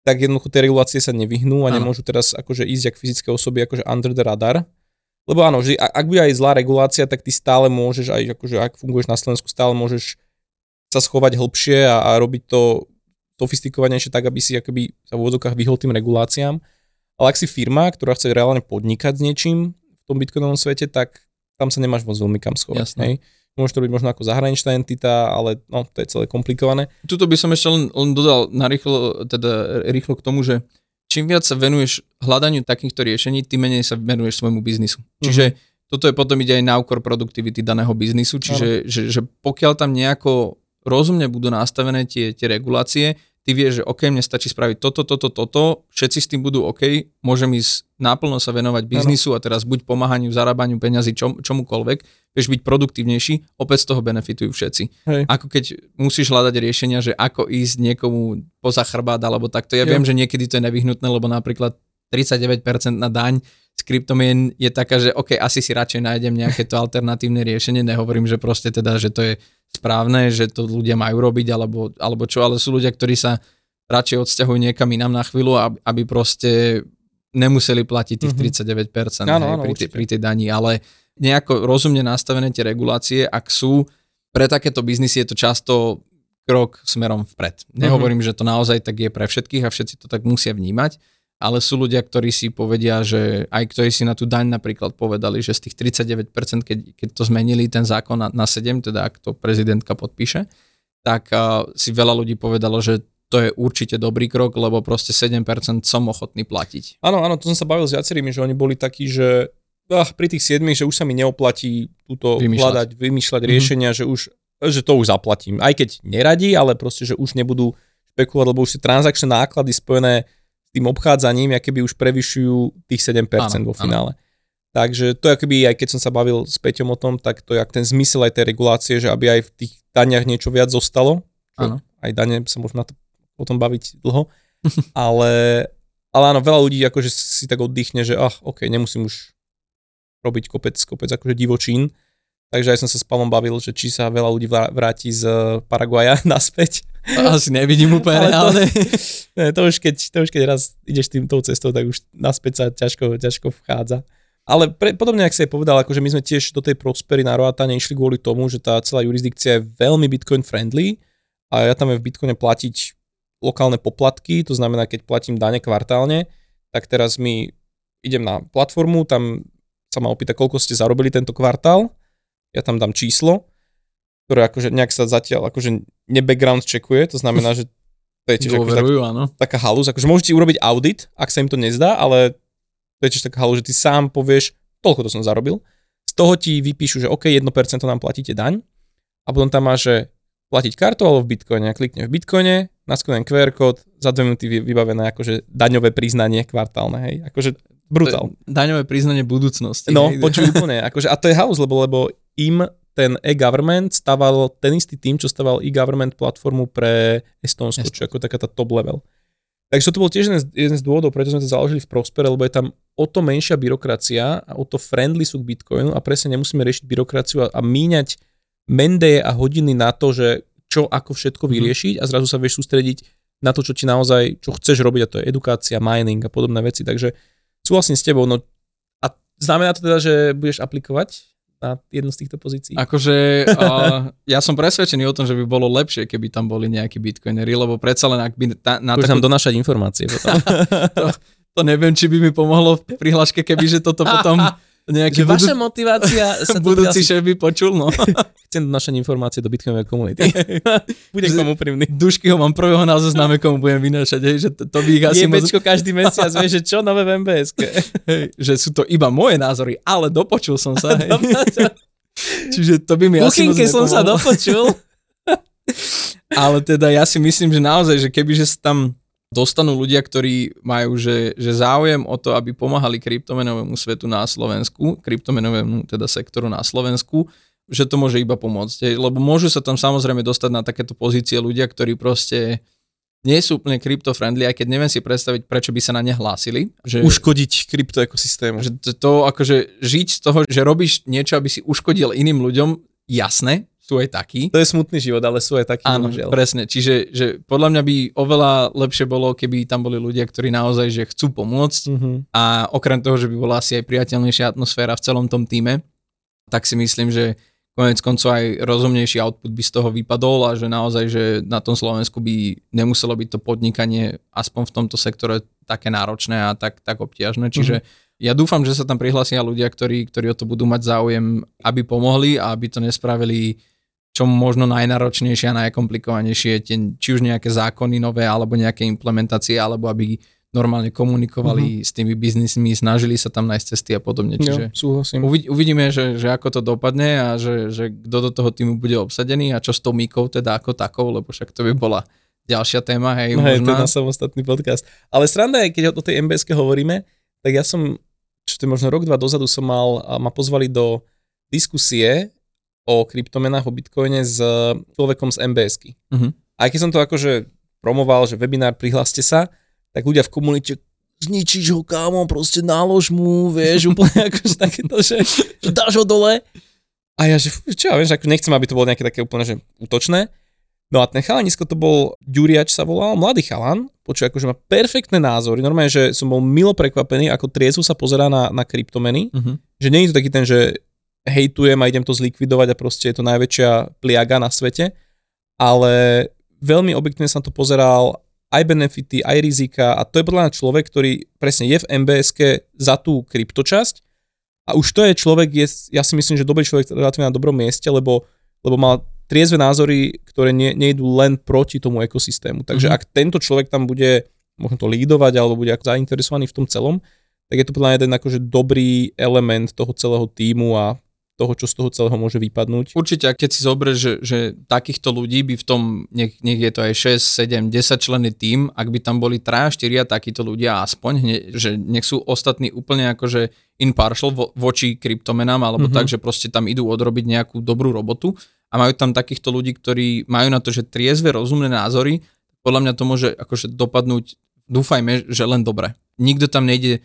Speaker 1: tak jednoducho tie regulácie sa nevyhnú a ano. Nemôžu teraz akože ísť jak fyzické osoby akože under the radar. Lebo áno, že ak bude aj zlá regulácia, tak ty stále môžeš, aj akože ak funguješ na Slovensku, stále môžeš sa schovať hlbšie a, a robiť to sofistikovanejšie tak, aby si akoby sa v úvodzovkách vyhol tým reguláciám. Ale ak si firma, ktorá chce reálne podnikať s niečím v tom bitcoinovom svete, tak tam sa nemáš moc veľmi kam schovať. Hej? Môže to byť možno ako zahraničná entita, ale no, to je celé komplikované.
Speaker 3: Tuto by som ešte len, len dodal narýchlo, teda rýchlo k tomu, že čím viac sa venuješ hľadaniu takýchto riešení, tým menej sa venuješ svojmu biznisu. Čiže mm-hmm. toto je potom ide aj na úkor produktivity daného biznisu, čiže že, že pokiaľ tam nejako rozumne budú nastavené tie, tie regulácie, ty vieš, že OK, mne stačí spraviť toto, toto, toto, všetci s tým budú OK, môžem ísť náplno sa venovať biznisu a teraz buď pomáhaniu, zarábaniu peňazí, čom, čomukoľvek, vieš byť produktívnejší, opäť z toho benefitujú všetci. Hej. Ako keď musíš hľadať riešenia, že ako ísť niekomu poza chrbát alebo takto. Ja jo. Viem, že niekedy to je nevyhnutné, lebo napríklad tridsaťdeväť percent na daň z kryptomien je taká, že OK, asi si radšej nájdem nejaké to alternatívne riešenie, nehovorím, že proste teda, že to je správne, že to ľudia majú robiť, alebo, alebo čo, ale sú ľudia, ktorí sa radšej odsťahujú niekam inám na chvíľu, aby, aby proste nemuseli platiť tých tridsaťdeväť percent mm-hmm. áno, hej, áno, pri, tej, pri tej dani, ale nejako rozumne nastavené tie regulácie, ak sú, pre takéto biznisy je to často krok smerom vpred. Nehovorím, mm-hmm. že to naozaj tak je pre všetkých a všetci to tak musia vnímať, ale sú ľudia, ktorí si povedia, že aj ktorí si na tú daň napríklad povedali, že z tých tridsaťdeväť percent, keď, keď to zmenili ten zákon na, na sedem, teda ak to prezidentka podpíše, tak uh, si veľa ľudí povedalo, že to je určite dobrý krok, lebo proste sedem percent som ochotný platiť.
Speaker 1: Áno, áno, to som sa bavil s viacerými, že oni boli takí, že ah, pri tých siedmich, že už sa mi neoplatí túto vymýšľať, hľadať, vymýšľať mm-hmm. riešenia, že už že to už zaplatím. Aj keď neradí, ale proste, že už nebudú špekulovať, lebo už si transakčné náklady spojené tým obchádzaním, aké by už prevyšujú tých sedem percent áno, vo finále. Áno. Takže to akoby, aj keď som sa bavil s Peťom o tom, tak to je ten zmysel aj tej regulácie, že aby aj v tých daniach niečo viac zostalo. Aj dane sa môžeme na to o tom baviť dlho. ale, ale áno, veľa ľudí akože si tak oddychne, že ach, ok, nemusím už robiť kopec, kopec akože divočín. Takže aj som sa s Pavlom bavil, že či sa veľa ľudí vráti z Paraguaja naspäť.
Speaker 3: Asi nevidím úplne reálne.
Speaker 1: To, to, už keď, to už keď raz ideš týmto cestou, tak už naspäť sa ťažko, ťažko vchádza. Ale pre, podobne, ak si aj povedal, akože my sme tiež do tej Prospery na Roatane išli kvôli tomu, že tá celá jurisdikcia je veľmi Bitcoin friendly a ja tam je v Bitcoine platiť lokálne poplatky, to znamená, keď platím dane kvartálne, tak teraz mi idem na platformu, tam sa ma opýta, koľko ste zarobili tento kvartál. Ja tam dám číslo, ktoré akože nejak sa zatiaľ akože ne-background checkuje, to znamená, že to je tiež akože tak, taká halus, akože môžete urobiť audit, ak sa im to nezdá, ale to je tiež taká halus, že ty sám povieš, toľko to som zarobil, z toho ti vypíšu, že OK, jedno percento nám platíte daň a potom tam máš, že platiť kartou alebo v Bitcoine, a klikne v Bitcoine, naskenujem kvé er kód, za dve minúty vybavené akože daňové priznanie kvartálne, hej, akože brutál.
Speaker 3: Daňové priznanie budúcnosti.
Speaker 1: No, počuj úplne, akože, a to je halus, lebo, lebo im ten e-government staval ten istý tým, čo staval e-government platformu pre Estónsko, čo ako taká tá top level. Takže to bol tiež jeden z, jeden z dôvodov, prečo sme to založili v Prospere, lebo je tam o to menšia byrokracia a o to friendly sú k Bitcoinu a presne nemusíme riešiť byrokraciu a, a míňať mendeje a hodiny na to, že čo ako všetko vyriešiť a zrazu sa vieš sústrediť na to, čo ti naozaj, čo chceš robiť, a to je edukácia, mining a podobné veci. Takže súhlasím s tebou. No a znamená to teda, že budeš aplikovať na jednu z týchto pozícií?
Speaker 3: Akože uh, ja som presvedčený o tom, že by bolo lepšie, keby tam boli nejakí bitcoineri, lebo predsa len ak by... Ta, na
Speaker 1: Budeš takú... nám donášať informácie potom.
Speaker 3: to, to neviem, či by mi pomohlo v prihláške, kebyže toto potom nejaký...
Speaker 1: Že budú... Vaša motivácia sa to
Speaker 3: budúci šéf by počul, no.
Speaker 1: Chcem donášať informácie do bitcoinovej komunity. Budem k tomu úprimný.
Speaker 3: Dušky ho mám prvého na zozname, komu budem vynášať, hej, že to, to by ich asi...
Speaker 1: Jebečko moc... každý mesiac, vieš, že čo nové v em bé eske.
Speaker 3: Hej, že sú to iba moje názory, ale dopočul som sa. Hej. Čiže to by mi asi moc nepomohlo.
Speaker 1: som sa dopočul.
Speaker 3: Ale teda ja si myslím, že naozaj, že kebyže sa tam dostanú ľudia, ktorí majú že, že záujem o to, aby pomáhali kryptomenovému svetu na Slovensku, kryptomenovému teda sektoru na Slovensku, že to môže iba pomôcť. Lebo môžu sa tam samozrejme dostať na takéto pozície ľudia, ktorí proste nie sú úplne krypto-friendly, aj keď neviem si predstaviť, prečo by sa na ne hlásili. Že,
Speaker 1: uškodiť kryptoekosystému.
Speaker 3: Že to, to akože žiť z toho, že robíš niečo, aby si uškodil iným ľuďom, jasné, sú aj takí.
Speaker 1: To je smutný život, ale sú aj takí.
Speaker 3: Áno,
Speaker 1: bohužiaľ.
Speaker 3: presne. Čiže že podľa mňa by oveľa lepšie bolo, keby tam boli ľudia, ktorí naozaj že chcú pomôcť mm-hmm. a okrem toho, že by bola asi aj priateľnejšia atmosféra v celom tom tíme, tak si myslím, že konec koncov aj rozumnejší output by z toho vypadol a že naozaj, že na tom Slovensku by nemuselo byť to podnikanie aspoň v tomto sektore také náročné a tak, tak obťažné. Čiže mm-hmm. ja dúfam, že sa tam prihlásia ľudia, ktorí, ktorí o to budú mať záujem, aby pomohli a aby to nespravili čo možno najnáročnejšie a najkomplikovanejšie, či už nejaké zákony nové alebo nejaké implementácie, alebo aby normálne komunikovali mm-hmm. s tými biznismi, snažili sa tam nájsť cesty a podobne. Čiže
Speaker 1: jo,
Speaker 3: uvidíme, že, že ako to dopadne a že, že kto do toho týmu bude obsadený a čo s tou Míkou teda ako takou, lebo však to by bola ďalšia téma. Hej,
Speaker 1: no hej, to je na samostatný podcast. Ale sranda je, keď o tej em bé eske hovoríme, tak ja som, čo to je možno rok, dva dozadu som mal, ma pozvali do diskusie o kryptomenách, o Bitcoine s človekom z em bé esky. Uh-huh. A keď som to akože promoval, že webinár, prihláste sa, tak ľudia v komunite, zničíš ho, kámo, proste nálož mu, vieš, úplne akože takéto, že, že dáš ho dole. A ja, že čo ja viem, že ako nechcem, aby to bolo nejaké také úplne, že útočné. No a ten chalanisko to bol Ďuriač sa volal, mladý chalan, počuj, akože má perfektné názory, normálne, že som bol milo prekvapený, ako triezvo sa pozerá na, na kryptomeny, uh-huh. že nie je to taký ten, že hejtujem a idem to zlikvidovať a proste je to najväčšia pliaga na svete, ale veľmi objektívne som to pozeral, aj benefity, aj rizika a to je podľa mňa človek, ktorý presne je v em bé eske za tú kryptočasť a už to je človek, je, ja si myslím, že dobrý človek relatívne na dobrom mieste, lebo, lebo má triezve názory, ktoré nie, nejdú len proti tomu ekosystému. Takže mm-hmm. ak tento človek tam bude možno to lídovať alebo bude zainteresovaný v tom celom, tak je to podľa mňa jeden akože dobrý element toho celého tímu a toho, čo z toho celého môže vypadnúť.
Speaker 3: Určite, keď si zoberieš, že, že takýchto ľudí by v tom, nech, nech je to aj šesť, sedem, desať členný tím, ak by tam boli tri štyri takíto ľudia aspoň, ne, že nech sú ostatní úplne akože impartial vo, voči kryptomenám, alebo mm-hmm. tak, že proste tam idú odrobiť nejakú dobrú robotu a majú tam takýchto ľudí, ktorí majú na to, že triezve, rozumné názory, podľa mňa to môže akože dopadnúť, dúfajme, že len dobre. Nikto tam nejde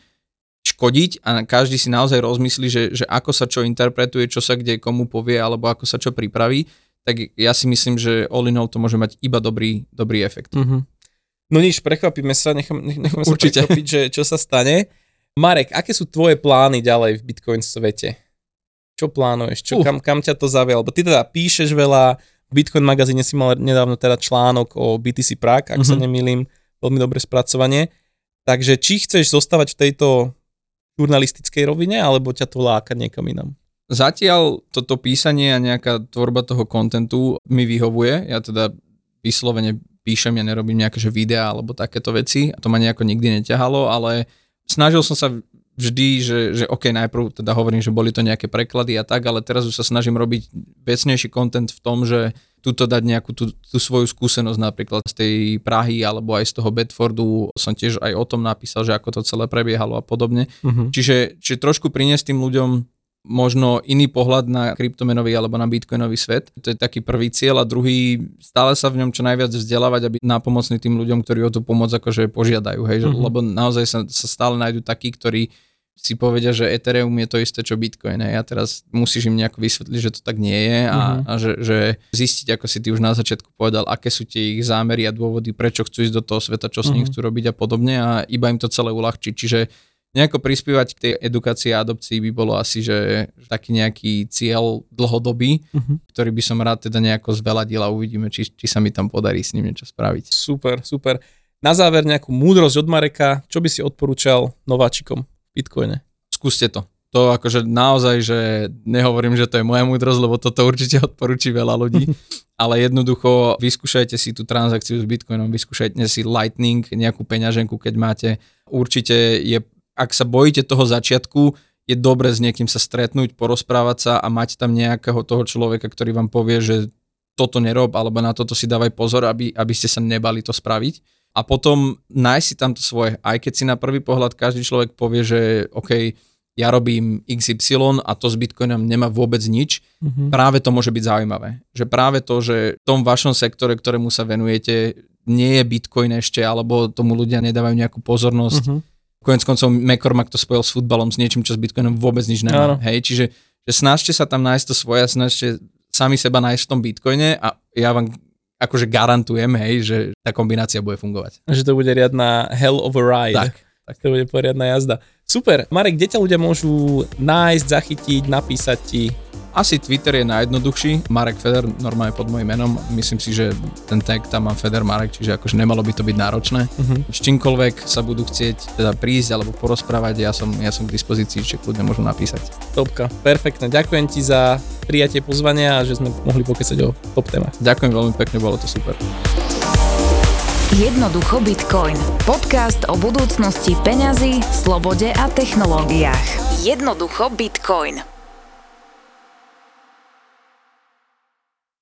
Speaker 3: škodiť a každý si naozaj rozmyslí, že, že ako sa čo interpretuje, čo sa kde komu povie, alebo ako sa čo pripraví, tak ja si myslím, že all in all to môže mať iba dobrý, dobrý efekt.
Speaker 1: Mm-hmm. No nič, prekvapíme sa, nechám, necháme sa prekvapiť, že čo sa stane. Marek, aké sú tvoje plány ďalej v Bitcoin svete? Čo plánuješ? Čo, uh. kam, kam ťa to zavie? Lebo ty teda píšeš veľa, v Bitcoin magazíne si mal nedávno teda článok o bé té cé Prague, ak mm-hmm. sa nemýlim, veľmi dobré spracovanie. Takže či chceš zostávať v tejto žurnalistickej rovine, alebo ťa to láka niekam inam?
Speaker 3: Zatiaľ toto písanie a nejaká tvorba toho kontentu mi vyhovuje. Ja teda vyslovene píšem, ja nerobím nejaké že videá alebo takéto veci. A to ma nejako nikdy neťahalo, ale snažil som sa vždy, že, že OK, najprv teda hovorím, že boli to nejaké preklady a tak, ale teraz už sa snažím robiť vecnejší content v tom, že tuto dať nejakú tú, tú svoju skúsenosť napríklad z tej Prahy alebo aj z toho Bedfordu. Som tiež aj o tom napísal, že ako to celé prebiehalo a podobne. Uh-huh. Čiže, čiže trošku priniesť tým ľuďom možno iný pohľad na kryptomenový alebo na bitcoinový svet. To je taký prvý cieľ a druhý, stále sa v ňom čo najviac vzdelávať, aby nápomocný tým ľuďom, ktorí o tú pomoc akože požiadajú. Hej? Uh-huh. Lebo naozaj sa, sa stále nájdú takí, ktorí si povedia, že Ethereum je to isté, čo Bitcoin. A teraz musíš im nejako vysvetliť, že to tak nie je a, uh-huh. a že, že zistiť, ako si ty už na začiatku povedal, aké sú tie ich zámery a dôvody, prečo chcú ísť do toho sveta, čo s ním uh-huh. chcú robiť a podobne a iba im to celé uľahčiť. Čiže nejako prispievať k tej edukácii a adopcii by bolo asi, že taký nejaký cieľ dlhodobý, uh-huh. ktorý by som rád teda nejako zveladil a uvidíme, či, či sa mi tam podarí s ním niečo spraviť.
Speaker 1: Super, super. Na záver nejakú múdrosť od Mareka, čo by si odporúčal nováčikom Bitcoine?
Speaker 3: Skúste to. To akože naozaj, že nehovorím, že to je moja múdrosť, lebo toto určite odporúči veľa ľudí, ale jednoducho vyskúšajte si tú transakciu s Bitcoinom, vyskúšajte si Lightning, nejakú peňaženku, keď máte. Určite je, ak sa bojíte toho začiatku, je dobre s niekým sa stretnúť, porozprávať sa a mať tam nejakého toho človeka, ktorý vám povie, že toto nerob, alebo na toto si dávaj pozor, aby, aby ste sa nebali to spraviť. A potom nájsť si tam to svoje, aj keď si na prvý pohľad každý človek povie, že OK, ja robím iks ypsilon a to s Bitcoinom nemá vôbec nič, mm-hmm. práve to môže byť zaujímavé. Že práve to, že v tom vašom sektore, ktorému sa venujete, nie je Bitcoin ešte, alebo tomu ľudia nedávajú nejakú pozornosť. Mm-hmm. Koniec koncov McCormack to spojil s futbalom, s niečím, čo s Bitcoinom vôbec nič nemá. Hej, čiže že snažte sa tam nájsť to svoje, snažte sami seba nájsť v tom Bitcoine a ja vám akože garantujem, hej, že tá kombinácia bude fungovať.
Speaker 1: Že to bude riadna hell of a ride.
Speaker 3: Tak.
Speaker 1: Tak to bude poriadna jazda. Super. Marek, kde ťa ľudia môžu nájsť, zachytiť, napísať ti?
Speaker 3: Asi Twitter je najjednoduchší. Marek Feder, normálne pod mojím menom. Myslím si, že ten tag tam mám Feder Marek, čiže akože nemalo by to byť náročné. Uh-huh. S čímkoľvek sa budú chcieť teda prísť alebo porozprávať, ja som, ja som k dispozícii, čiže kľudne môžu napísať.
Speaker 1: Topka, perfektne. Ďakujem ti za prijatie pozvania a že sme mohli pokecať o top témach.
Speaker 3: Ďakujem veľmi pekne, bolo to super.
Speaker 2: Jednoducho Bitcoin. Podcast o budúcnosti peňazí, slobode a technológiách. Jednoducho Bitcoin.